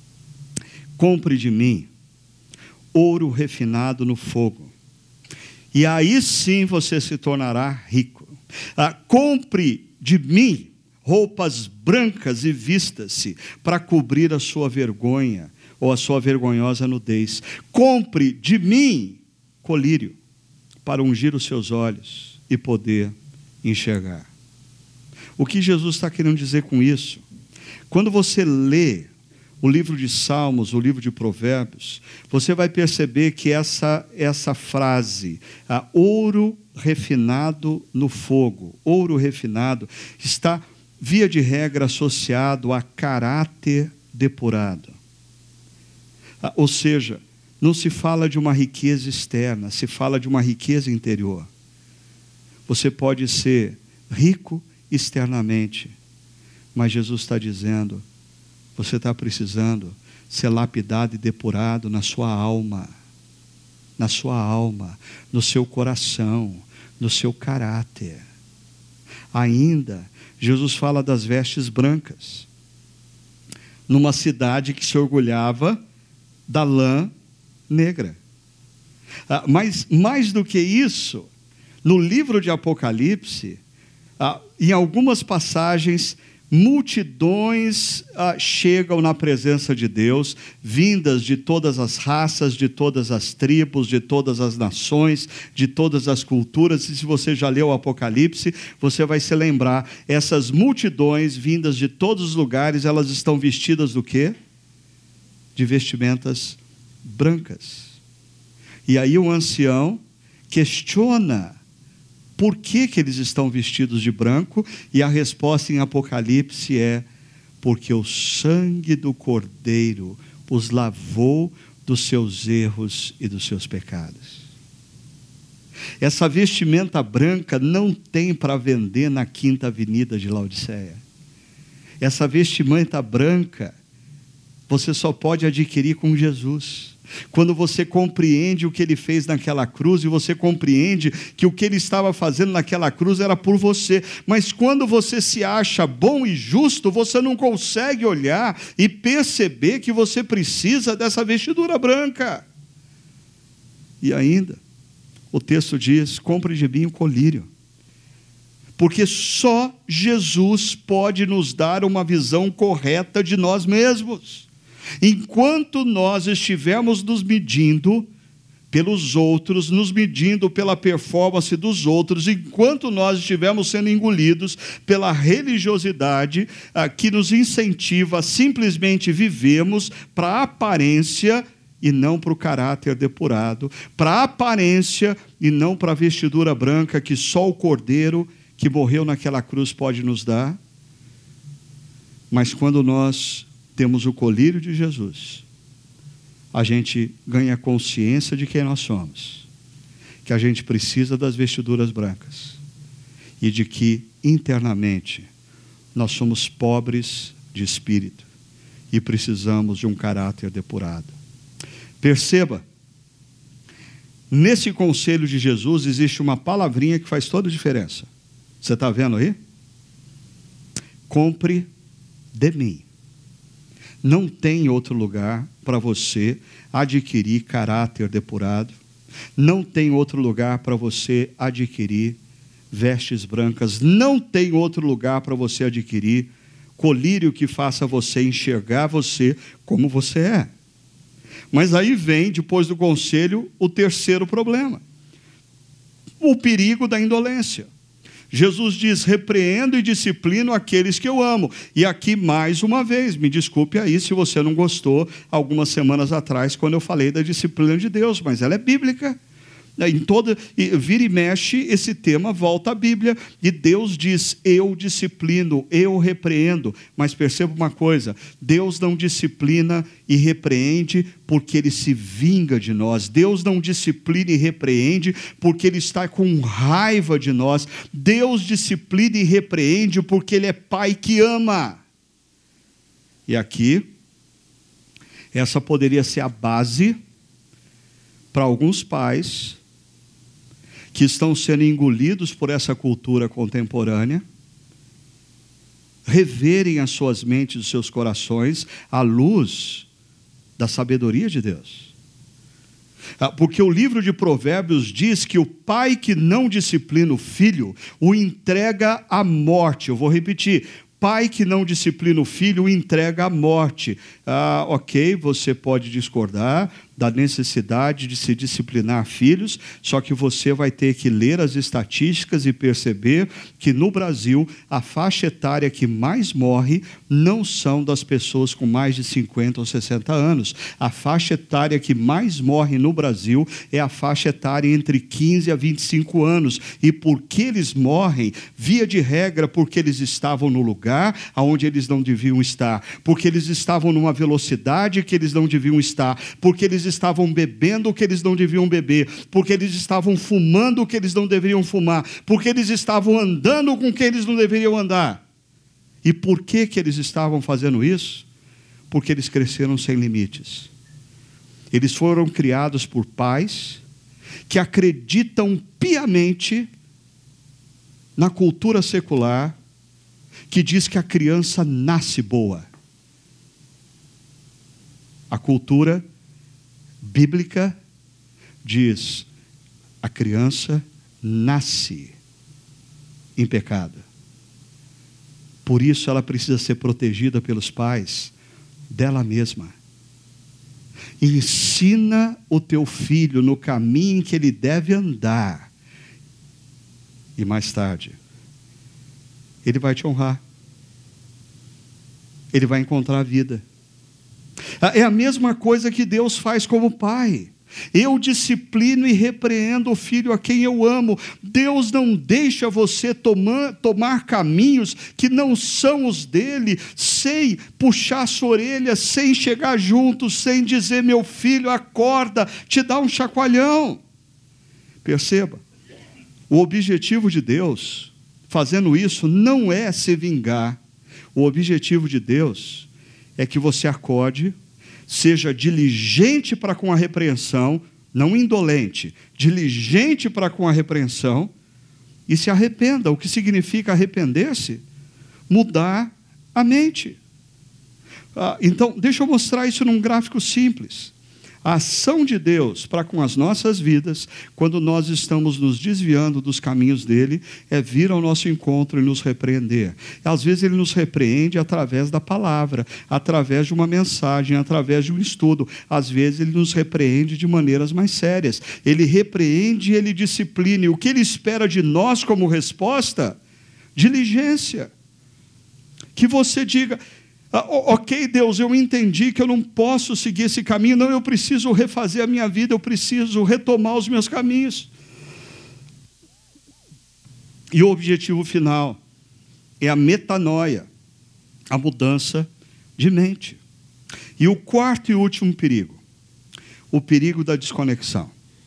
Compre de mim ouro refinado no fogo, e aí sim você se tornará rico. Ah, compre de mim roupas brancas e vista-se para cobrir a sua vergonha ou a sua vergonhosa nudez. Compre de mim colírio para ungir os seus olhos e poder enxergar. O que Jesus está querendo dizer com isso? Quando você lê o livro de Salmos, o livro de Provérbios, você vai perceber que essa, essa frase, a ouro refinado no fogo, ouro refinado, está, via de regra, associado a caráter depurado. Ou seja, não se fala de uma riqueza externa, se fala de uma riqueza interior. Você pode ser rico externamente, mas Jesus está dizendo: você está precisando ser lapidado e depurado na sua alma, na sua alma, no seu coração, no seu caráter. Ainda, Jesus fala das vestes brancas, numa cidade que se orgulhava da lã negra. Ah, mas, mais do que isso, no livro de Apocalipse, ah, em algumas passagens, multidões ah, chegam na presença de Deus, vindas de todas as raças, de todas as tribos, de todas as nações, de todas as culturas. E se você já leu o Apocalipse, você vai se lembrar, essas multidões vindas de todos os lugares, elas estão vestidas do quê? De vestimentas brancas. E aí o ancião questiona por que que eles estão vestidos de branco, e a resposta em Apocalipse é: porque o sangue do Cordeiro os lavou dos seus erros e dos seus pecados. Essa vestimenta branca não tem para vender na Quinta Avenida de Laodiceia. Essa vestimenta branca você só pode adquirir com Jesus. Quando você compreende o que ele fez naquela cruz, e você compreende que o que ele estava fazendo naquela cruz era por você. Mas quando você se acha bom e justo, você não consegue olhar e perceber que você precisa dessa vestidura branca. E ainda, o texto diz: compre de mim um colírio. porque só Jesus pode nos dar uma visão correta de nós mesmos. Enquanto nós estivermos nos medindo pelos outros, nos medindo pela performance dos outros, enquanto nós estivermos sendo engolidos pela religiosidade ah, que nos incentiva a simplesmente vivermos para a aparência e não para o caráter depurado, para a aparência e não para a vestidura branca que só o Cordeiro que morreu naquela cruz pode nos dar. Mas quando nós temos o colírio de Jesus, a gente ganha consciência de quem nós somos, que a gente precisa das vestiduras brancas e de que internamente nós somos pobres de espírito e precisamos de um caráter depurado. Perceba, nesse conselho de Jesus existe uma palavrinha que faz toda a diferença. Você está vendo aí? Compre de mim. Não tem outro lugar para você adquirir caráter depurado. Não tem outro lugar para você adquirir vestes brancas. Não tem outro lugar para você adquirir colírio que faça você enxergar você como você é. Mas aí vem, depois do conselho, o terceiro problema. O perigo da indolência. Jesus diz, repreendo e disciplino aqueles que eu amo. E aqui, mais uma vez, me desculpe aí se você não gostou, algumas semanas atrás, quando eu falei da disciplina de Deus, mas ela é bíblica. Em toda, vira e mexe, esse tema volta à Bíblia, e Deus diz, eu disciplino, eu repreendo. Mas perceba uma coisa, Deus não disciplina e repreende porque Ele se vinga de nós. Deus não disciplina e repreende porque Ele está com raiva de nós. Deus disciplina e repreende porque Ele é Pai que ama. E aqui, essa poderia ser a base para alguns pais que estão sendo engolidos por essa cultura contemporânea, reverem as suas mentes, os seus corações, à luz da sabedoria de Deus. Porque o livro de Provérbios diz que o pai que não disciplina o filho, o entrega à morte. Eu vou repetir. Pai que não disciplina o filho, o entrega à morte. Ah, ok, você pode discordar da necessidade de se disciplinar filhos, só que você vai ter que ler as estatísticas e perceber que no Brasil a faixa etária que mais morre não são das pessoas com mais de cinquenta ou sessenta anos. A faixa etária que mais morre no Brasil é a faixa etária entre quinze a vinte e cinco anos. E por que eles morrem? Via de regra, porque eles estavam no lugar onde eles não deviam estar, porque eles estavam numa velocidade que eles não deviam estar, porque eles estavam bebendo o que eles não deviam beber, porque eles estavam fumando o que eles não deveriam fumar, porque eles estavam andando com quem eles não deveriam andar. E por que que eles estavam fazendo isso? Porque eles cresceram sem limites. Eles foram criados por pais que acreditam piamente na cultura secular que diz que a criança nasce boa. A cultura bíblica diz, a criança nasce em pecado. Por isso ela precisa ser protegida pelos pais dela mesma. Ensina o teu filho no caminho em que ele deve andar. E mais tarde, ele vai te honrar. Ele vai encontrar a vida. É a mesma coisa que Deus faz como pai. Eu disciplino e repreendo o filho a quem eu amo. Deus não deixa você tomar, tomar caminhos que não são os dele, sem puxar sua orelha, sem chegar junto, sem dizer, meu filho, acorda, te dá um chacoalhão. Perceba, o objetivo de Deus, fazendo isso, não é se vingar. O objetivo de Deus é que você acorde, seja diligente para com a repreensão, não indolente, diligente para com a repreensão, e se arrependa. O que significa arrepender-se? Mudar a mente. Ah, então, deixa eu mostrar isso num gráfico simples. A ação de Deus para com as nossas vidas, quando nós estamos nos desviando dos caminhos dele, é vir ao nosso encontro e nos repreender. Às vezes ele nos repreende através da palavra, através de uma mensagem, através de um estudo. Às vezes ele nos repreende de maneiras mais sérias. Ele repreende e ele disciplina. E o que ele espera de nós como resposta? Diligência. Que você diga... Ah, ok, Deus, eu entendi que eu não posso seguir esse caminho, não, eu preciso refazer a minha vida, eu preciso retomar os meus caminhos. E o objetivo final é a metanoia, a mudança de mente. E o quarto e último perigo, o perigo da desconexão.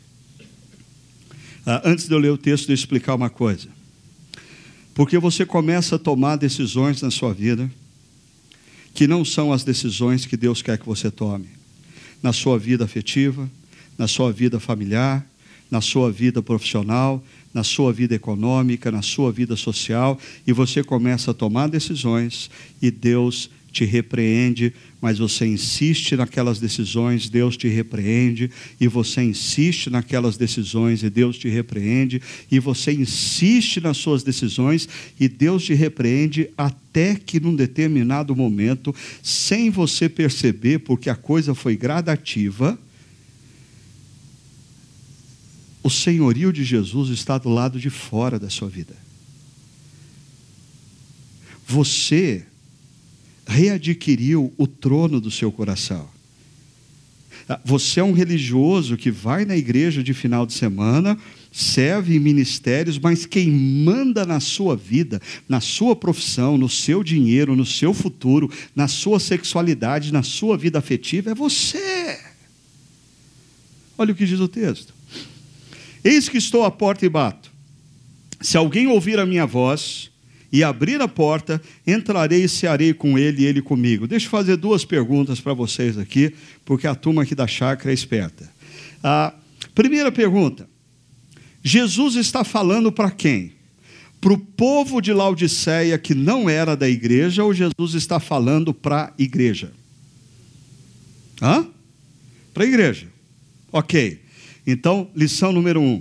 Ah, antes de eu ler o texto, deixa eu explicar uma coisa. Porque você começa a tomar decisões na sua vida que não são as decisões que Deus quer que você tome. Na sua vida afetiva, na sua vida familiar, na sua vida profissional, na sua vida econômica, na sua vida social, e você começa a tomar decisões e Deus te repreende, mas você insiste naquelas decisões, Deus te repreende, e você insiste naquelas decisões e Deus te repreende, e você insiste nas suas decisões e Deus te repreende, até que num determinado momento, sem você perceber, porque a coisa foi gradativa, o senhorio de Jesus está do lado de fora da sua vida. Você readquiriu o trono do seu coração. Você é um religioso que vai na igreja de final de semana, serve em ministérios, mas quem manda na sua vida, na sua profissão, no seu dinheiro, no seu futuro, na sua sexualidade, na sua vida afetiva, é você. Olha o que diz o texto. Eis que estou à porta e bato. Se alguém ouvir a minha voz e abrir a porta, entrarei e cearei com ele e ele comigo. Deixa eu fazer duas perguntas para vocês aqui, porque a turma aqui da chácara é esperta. A primeira pergunta: Jesus está falando para quem? Para o povo de Laodiceia que não era da igreja, ou Jesus está falando para a igreja? Hã? Para a igreja. Ok. Então, lição número um.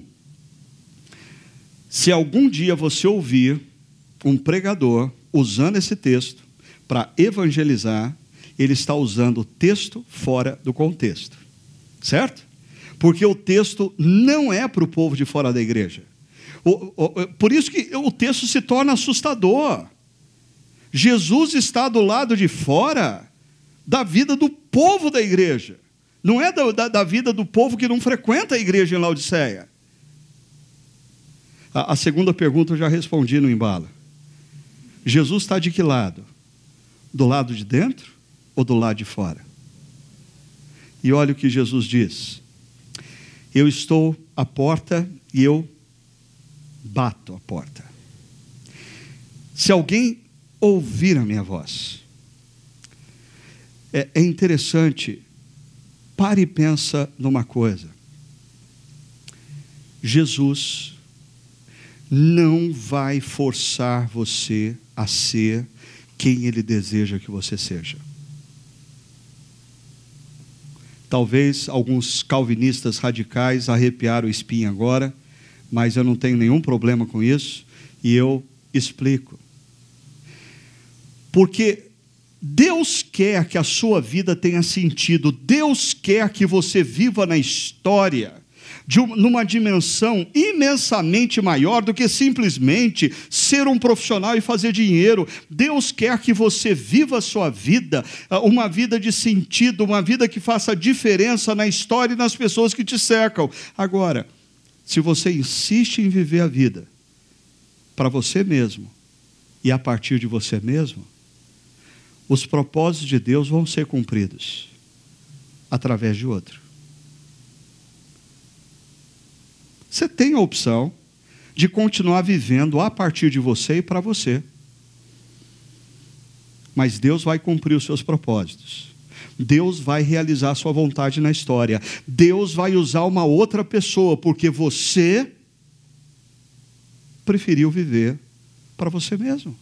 Se algum dia você ouvir um pregador usando esse texto para evangelizar, ele está usando o texto fora do contexto. Certo? Porque o texto não é para o povo de fora da igreja. O, o, por isso que o texto se torna assustador. Jesus está do lado de fora da vida do povo da igreja. Não é da, da, da vida do povo que não frequenta a igreja em Laodiceia. A, a segunda pergunta eu já respondi no embalo. Jesus está de que lado? Do lado de dentro ou do lado de fora? E olha o que Jesus diz. Eu estou à porta e eu bato a porta. Se alguém ouvir a minha voz, é, é interessante, pare e pensa numa coisa. Jesus não vai forçar você a ser quem Ele deseja que você seja. Talvez alguns calvinistas radicais arrepiaram o espinho agora, mas eu não tenho nenhum problema com isso, e eu explico. Porque Deus quer que a sua vida tenha sentido, Deus quer que você viva na história, de uma, numa dimensão imensamente maior do que simplesmente ser um profissional e fazer dinheiro. Deus quer que você viva a sua vida, uma vida de sentido, uma vida que faça diferença na história e nas pessoas que te cercam. Agora, se você insiste em viver a vida para você mesmo e a partir de você mesmo, os propósitos de Deus vão ser cumpridos através de outro. Você tem a opção de continuar vivendo a partir de você e para você. Mas Deus vai cumprir os seus propósitos. Deus vai realizar a sua vontade na história. Deus vai usar uma outra pessoa, porque você preferiu viver para você mesmo.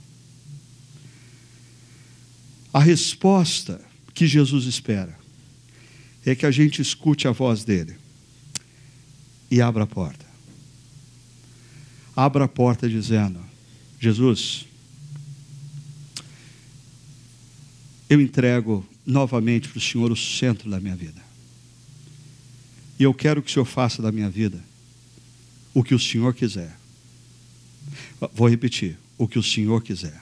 A resposta que Jesus espera é que a gente escute a voz dele e abra a porta. Abra a porta dizendo: Jesus, eu entrego novamente para o Senhor o centro da minha vida. E eu quero que o Senhor faça da minha vida o que o Senhor quiser. Vou repetir: o que o Senhor quiser.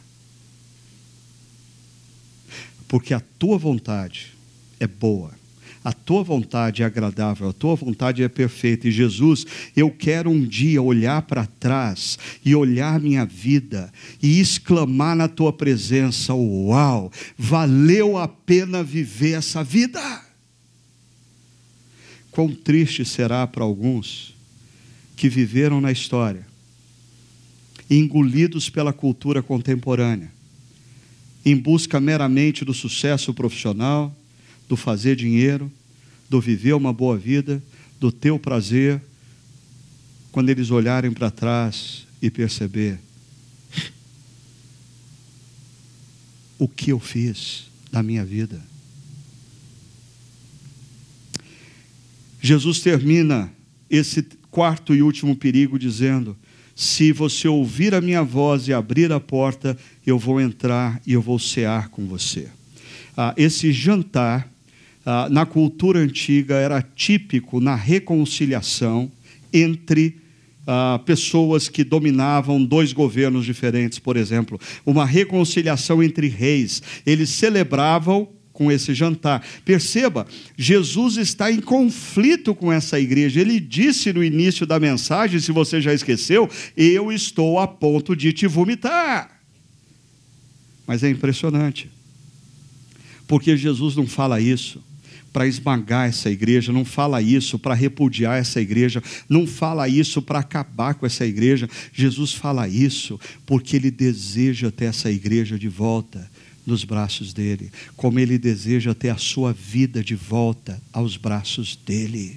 Porque a tua vontade é boa, a tua vontade é agradável, a tua vontade é perfeita. E Jesus, eu quero um dia olhar para trás e olhar minha vida e exclamar na tua presença: uau, valeu a pena viver essa vida. Quão triste será para alguns que viveram na história, engolidos pela cultura contemporânea, em busca meramente do sucesso profissional, do fazer dinheiro, do viver uma boa vida, do teu prazer, quando eles olharem para trás e perceber: o que eu fiz da minha vida? Jesus termina esse quarto e último perigo dizendo: se você ouvir a minha voz e abrir a porta, eu vou entrar e eu vou cear com você. Ah, esse jantar, ah, na cultura antiga, era típico na reconciliação entre ah, pessoas que dominavam dois governos diferentes, por exemplo. Uma reconciliação entre reis. Eles celebravam com esse jantar. Perceba, Jesus está em conflito com essa igreja. Ele disse no início da mensagem, se você já esqueceu: eu estou a ponto de te vomitar. Mas é impressionante, porque Jesus não fala isso para esmagar essa igreja, não fala isso para repudiar essa igreja, não fala isso para acabar com essa igreja. Jesus fala isso porque Ele deseja ter essa igreja de volta nos braços dele, como Ele deseja ter a sua vida de volta aos braços dele.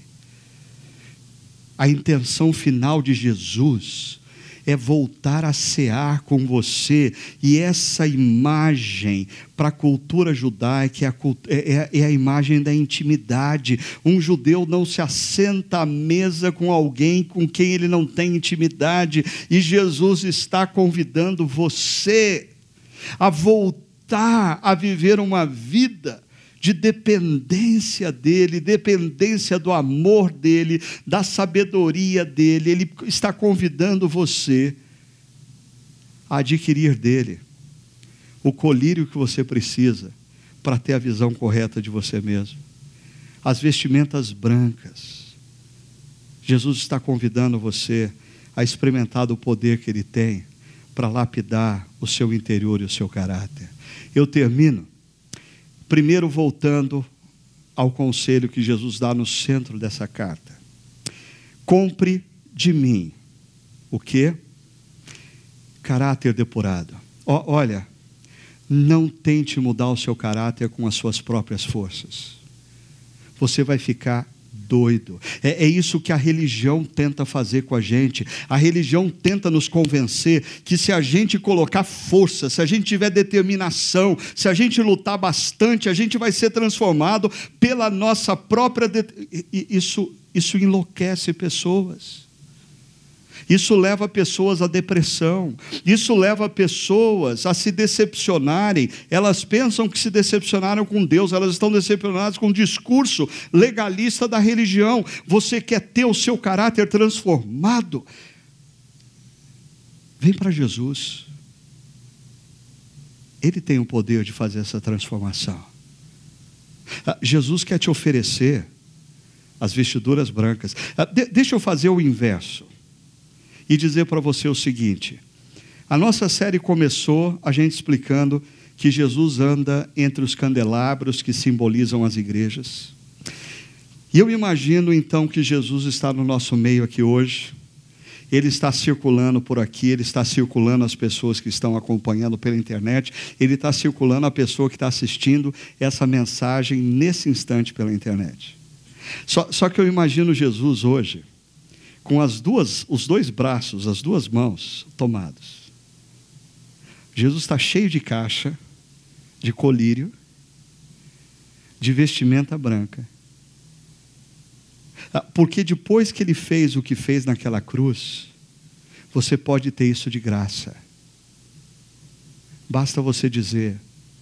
A intenção final de Jesus é voltar a cear com você, e essa imagem para a cultura judaica é a, é, é a imagem da intimidade. Um judeu não se assenta à mesa com alguém com quem ele não tem intimidade, e Jesus está convidando você a voltar a viver uma vida de dependência dele, dependência do amor dele, da sabedoria dele. Ele está convidando você a adquirir dele o colírio que você precisa para ter a visão correta de você mesmo. As vestimentas brancas. Jesus está convidando você a experimentar o poder que ele tem para lapidar o seu interior e o seu caráter. Eu termino primeiro voltando ao conselho que Jesus dá no centro dessa carta. Compre de mim o quê? Caráter depurado. O, olha, não tente mudar o seu caráter com as suas próprias forças. Você vai ficar doido. É, é isso que a religião tenta fazer com a gente. A religião tenta nos convencer que se a gente colocar força, se a gente tiver determinação, se a gente lutar bastante, a gente vai ser transformado pela nossa própria... De... Isso, isso enlouquece pessoas. Isso leva pessoas à depressão. Isso leva pessoas a se decepcionarem. Elas pensam que se decepcionaram com Deus. Elas estão decepcionadas com o discurso legalista da religião. Você quer ter o seu caráter transformado? Vem para Jesus. Ele tem o poder de fazer essa transformação. Jesus quer te oferecer as vestiduras brancas. De- deixa eu fazer o inverso e dizer para você o seguinte: a nossa série começou a gente explicando que Jesus anda entre os candelabros que simbolizam as igrejas. E eu imagino então que Jesus está no nosso meio aqui hoje. Ele está circulando por aqui, ele está circulando as pessoas que estão acompanhando pela internet, ele está circulando a pessoa que está assistindo essa mensagem nesse instante pela internet. Só, só que eu imagino Jesus hoje com as duas, os dois braços, as duas mãos tomados. Jesus está cheio de caixa, de colírio, de vestimenta branca, Porque depois que ele fez o que fez naquela cruz, você pode ter isso de graça. Basta você dizer: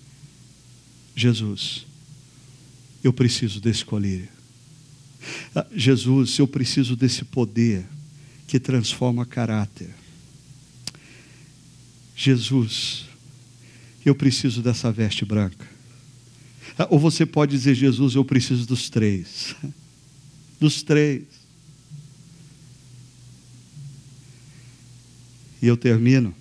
Jesus, eu preciso desse colírio. Jesus, eu preciso desse poder que transforma caráter. Jesus, eu preciso dessa veste branca. Ou você pode dizer: Jesus, eu preciso dos três. Dos três. E eu termino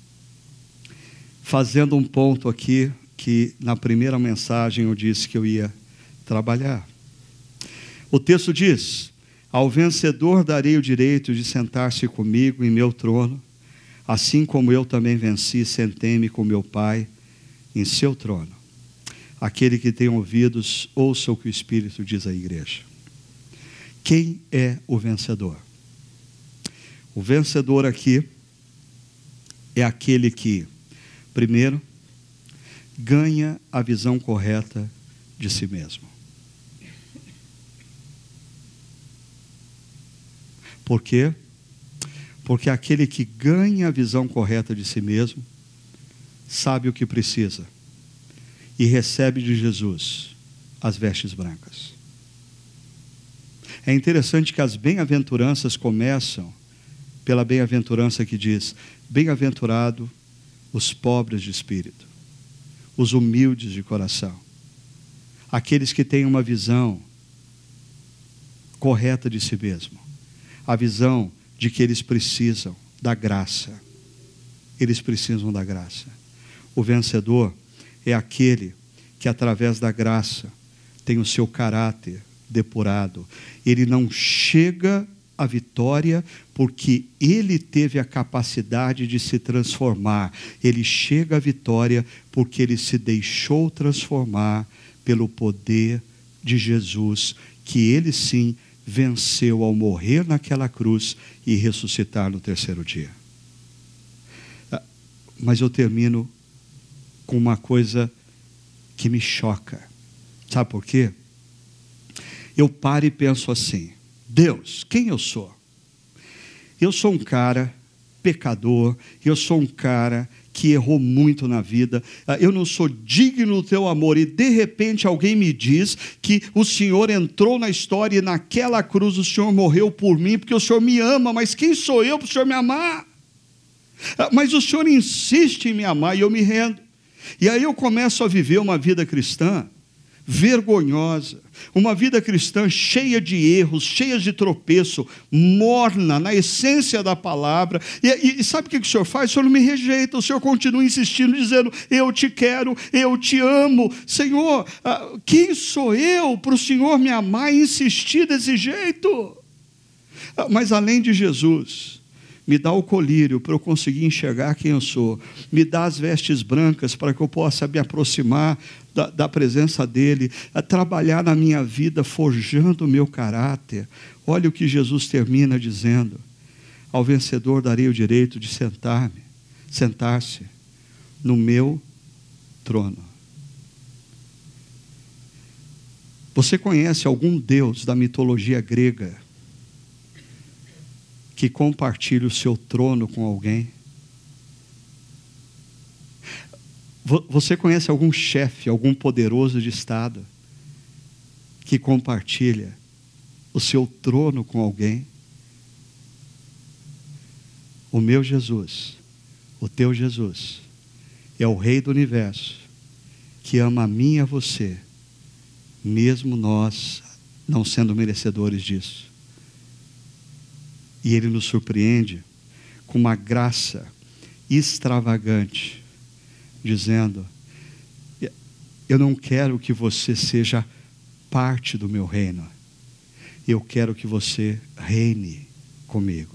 fazendo um ponto aqui, que na primeira mensagem eu disse que eu ia trabalhar. O texto diz: ao vencedor darei o direito de sentar-se comigo em meu trono, assim como eu também venci, sentei-me com meu Pai em seu trono. Aquele que tem ouvidos, ouça o que o Espírito diz à igreja. Quem é o vencedor? O vencedor aqui é aquele que, primeiro, ganha a visão correta de si mesmo. Por quê? Porque aquele que ganha a visão correta de si mesmo, sabe o que precisa e recebe de Jesus as vestes brancas. É interessante que as bem-aventuranças começam pela bem-aventurança que diz: bem-aventurado os pobres de espírito, os humildes de coração, aqueles que têm uma visão correta de si mesmo, a visão de que eles precisam da graça. Eles precisam da graça. O vencedor é aquele que, através da graça, tem o seu caráter depurado. Ele não chega à vitória porque ele teve a capacidade de se transformar. Ele chega à vitória porque ele se deixou transformar pelo poder de Jesus, que ele sim venceu ao morrer naquela cruz e ressuscitar no terceiro dia. Mas eu termino com uma coisa que me choca. Sabe por quê? Eu paro e penso assim: Deus, quem eu sou? Eu sou um cara pecador, eu sou um cara que errou muito na vida, eu não sou digno do teu amor, e de repente alguém me diz que o Senhor entrou na história e naquela cruz o Senhor morreu por mim, porque o Senhor me ama. Mas quem sou eu para o Senhor me amar? Mas o Senhor insiste em me amar e eu me rendo. E aí eu começo a viver uma vida cristã vergonhosa, uma vida cristã cheia de erros, cheia de tropeço, morna na essência da palavra. E, e sabe o que o Senhor faz? O Senhor não me rejeita, o Senhor continua insistindo, dizendo: eu te quero, eu te amo. Senhor, quem sou eu para o Senhor me amar e insistir desse jeito? Mas além de Jesus, me dá o colírio para eu conseguir enxergar quem eu sou, me dá as vestes brancas para que eu possa me aproximar da, da presença dEle, a trabalhar na minha vida, forjando o meu caráter. Olha o que Jesus termina dizendo: ao vencedor darei o direito de sentar-me, sentar-se no meu trono. Você conhece algum Deus da mitologia grega que compartilhe o seu trono com alguém? Você conhece algum chefe, algum poderoso de Estado que compartilha o seu trono com alguém? O meu Jesus, o teu Jesus, é o Rei do Universo, que ama a mim e a você, mesmo nós não sendo merecedores disso. E Ele nos surpreende com uma graça extravagante, dizendo: eu não quero que você seja parte do meu reino, eu quero que você reine comigo.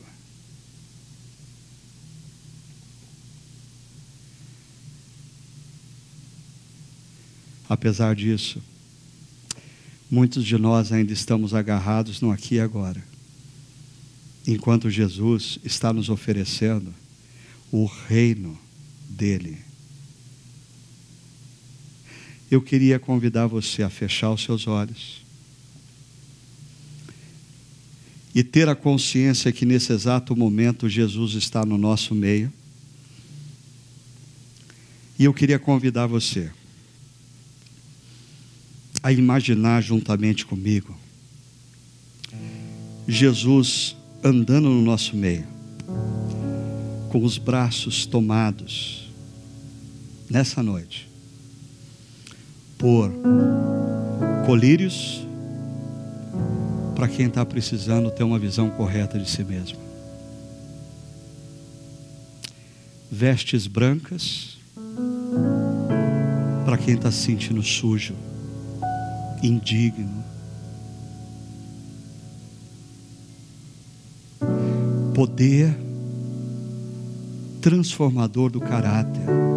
Apesar disso, muitos de nós ainda estamos agarrados no aqui e agora, enquanto Jesus está nos oferecendo o reino dEle. Eu queria convidar você a fechar os seus olhos e ter a consciência que nesse exato momento Jesus está no nosso meio. E eu queria convidar você a imaginar juntamente comigo Jesus andando no nosso meio, com os braços tomados nessa noite por colírios, para quem está precisando ter uma visão correta de si mesmo, vestes brancas para quem está se sentindo sujo, indigno, poder transformador do caráter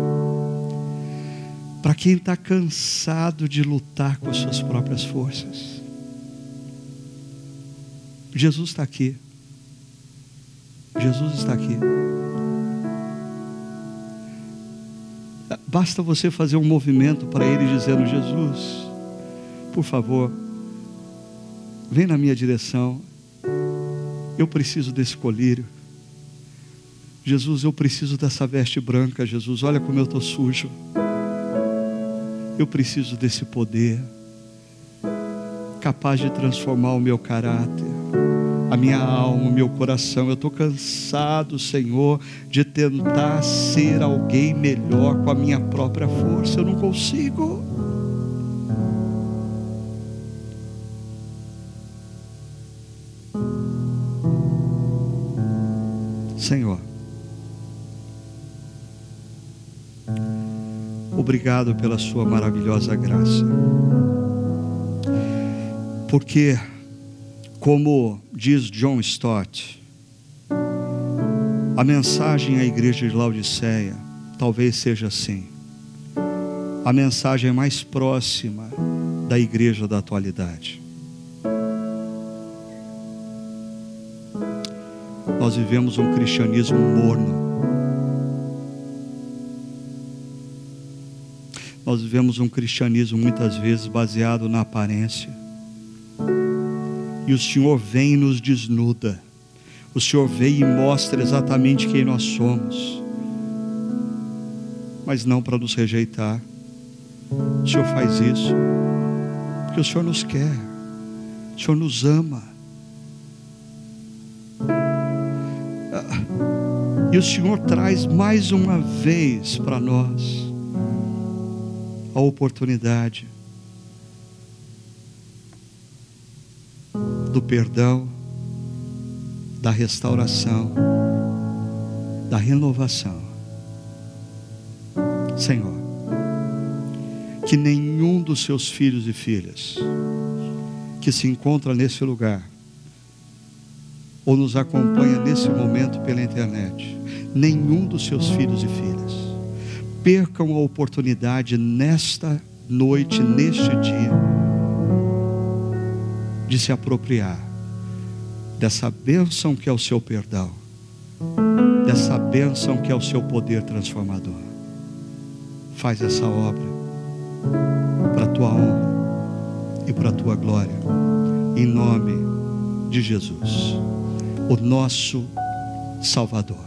para quem está cansado de lutar com as suas próprias forças. Jesus está aqui. Jesus está aqui. Basta você fazer um movimento para Ele dizendo: Jesus, por favor, vem na minha direção. Eu preciso desse colírio. Jesus, eu preciso dessa veste branca. Jesus, olha como eu estou sujo. Eu preciso desse poder capaz de transformar o meu caráter, a minha alma, o meu coração. Eu estou cansado, Senhor, de tentar ser alguém melhor com a minha própria força. Eu não consigo. Senhor, obrigado pela sua maravilhosa graça, porque, como diz John Stott, a mensagem à igreja de Laodiceia talvez seja assim, a mensagem mais próxima da igreja da atualidade. Nós vivemos um cristianismo morno. Nós vivemos um cristianismo muitas vezes baseado na aparência. E o Senhor vem e nos desnuda. O Senhor vem e mostra exatamente quem nós somos. Mas não para nos rejeitar. O Senhor faz isso porque o Senhor nos quer. O Senhor nos ama. E o Senhor traz mais uma vez para nós a oportunidade do perdão, da restauração, da renovação. Senhor, que nenhum dos seus filhos e filhas que se encontra nesse lugar ou nos acompanha nesse momento pela internet, nenhum dos seus filhos e filhas percam a oportunidade nesta noite, neste dia, de se apropriar dessa bênção que é o seu perdão, dessa bênção que é o seu poder transformador. Faz essa obra para a tua honra e para a tua glória, em nome de Jesus, o nosso Salvador.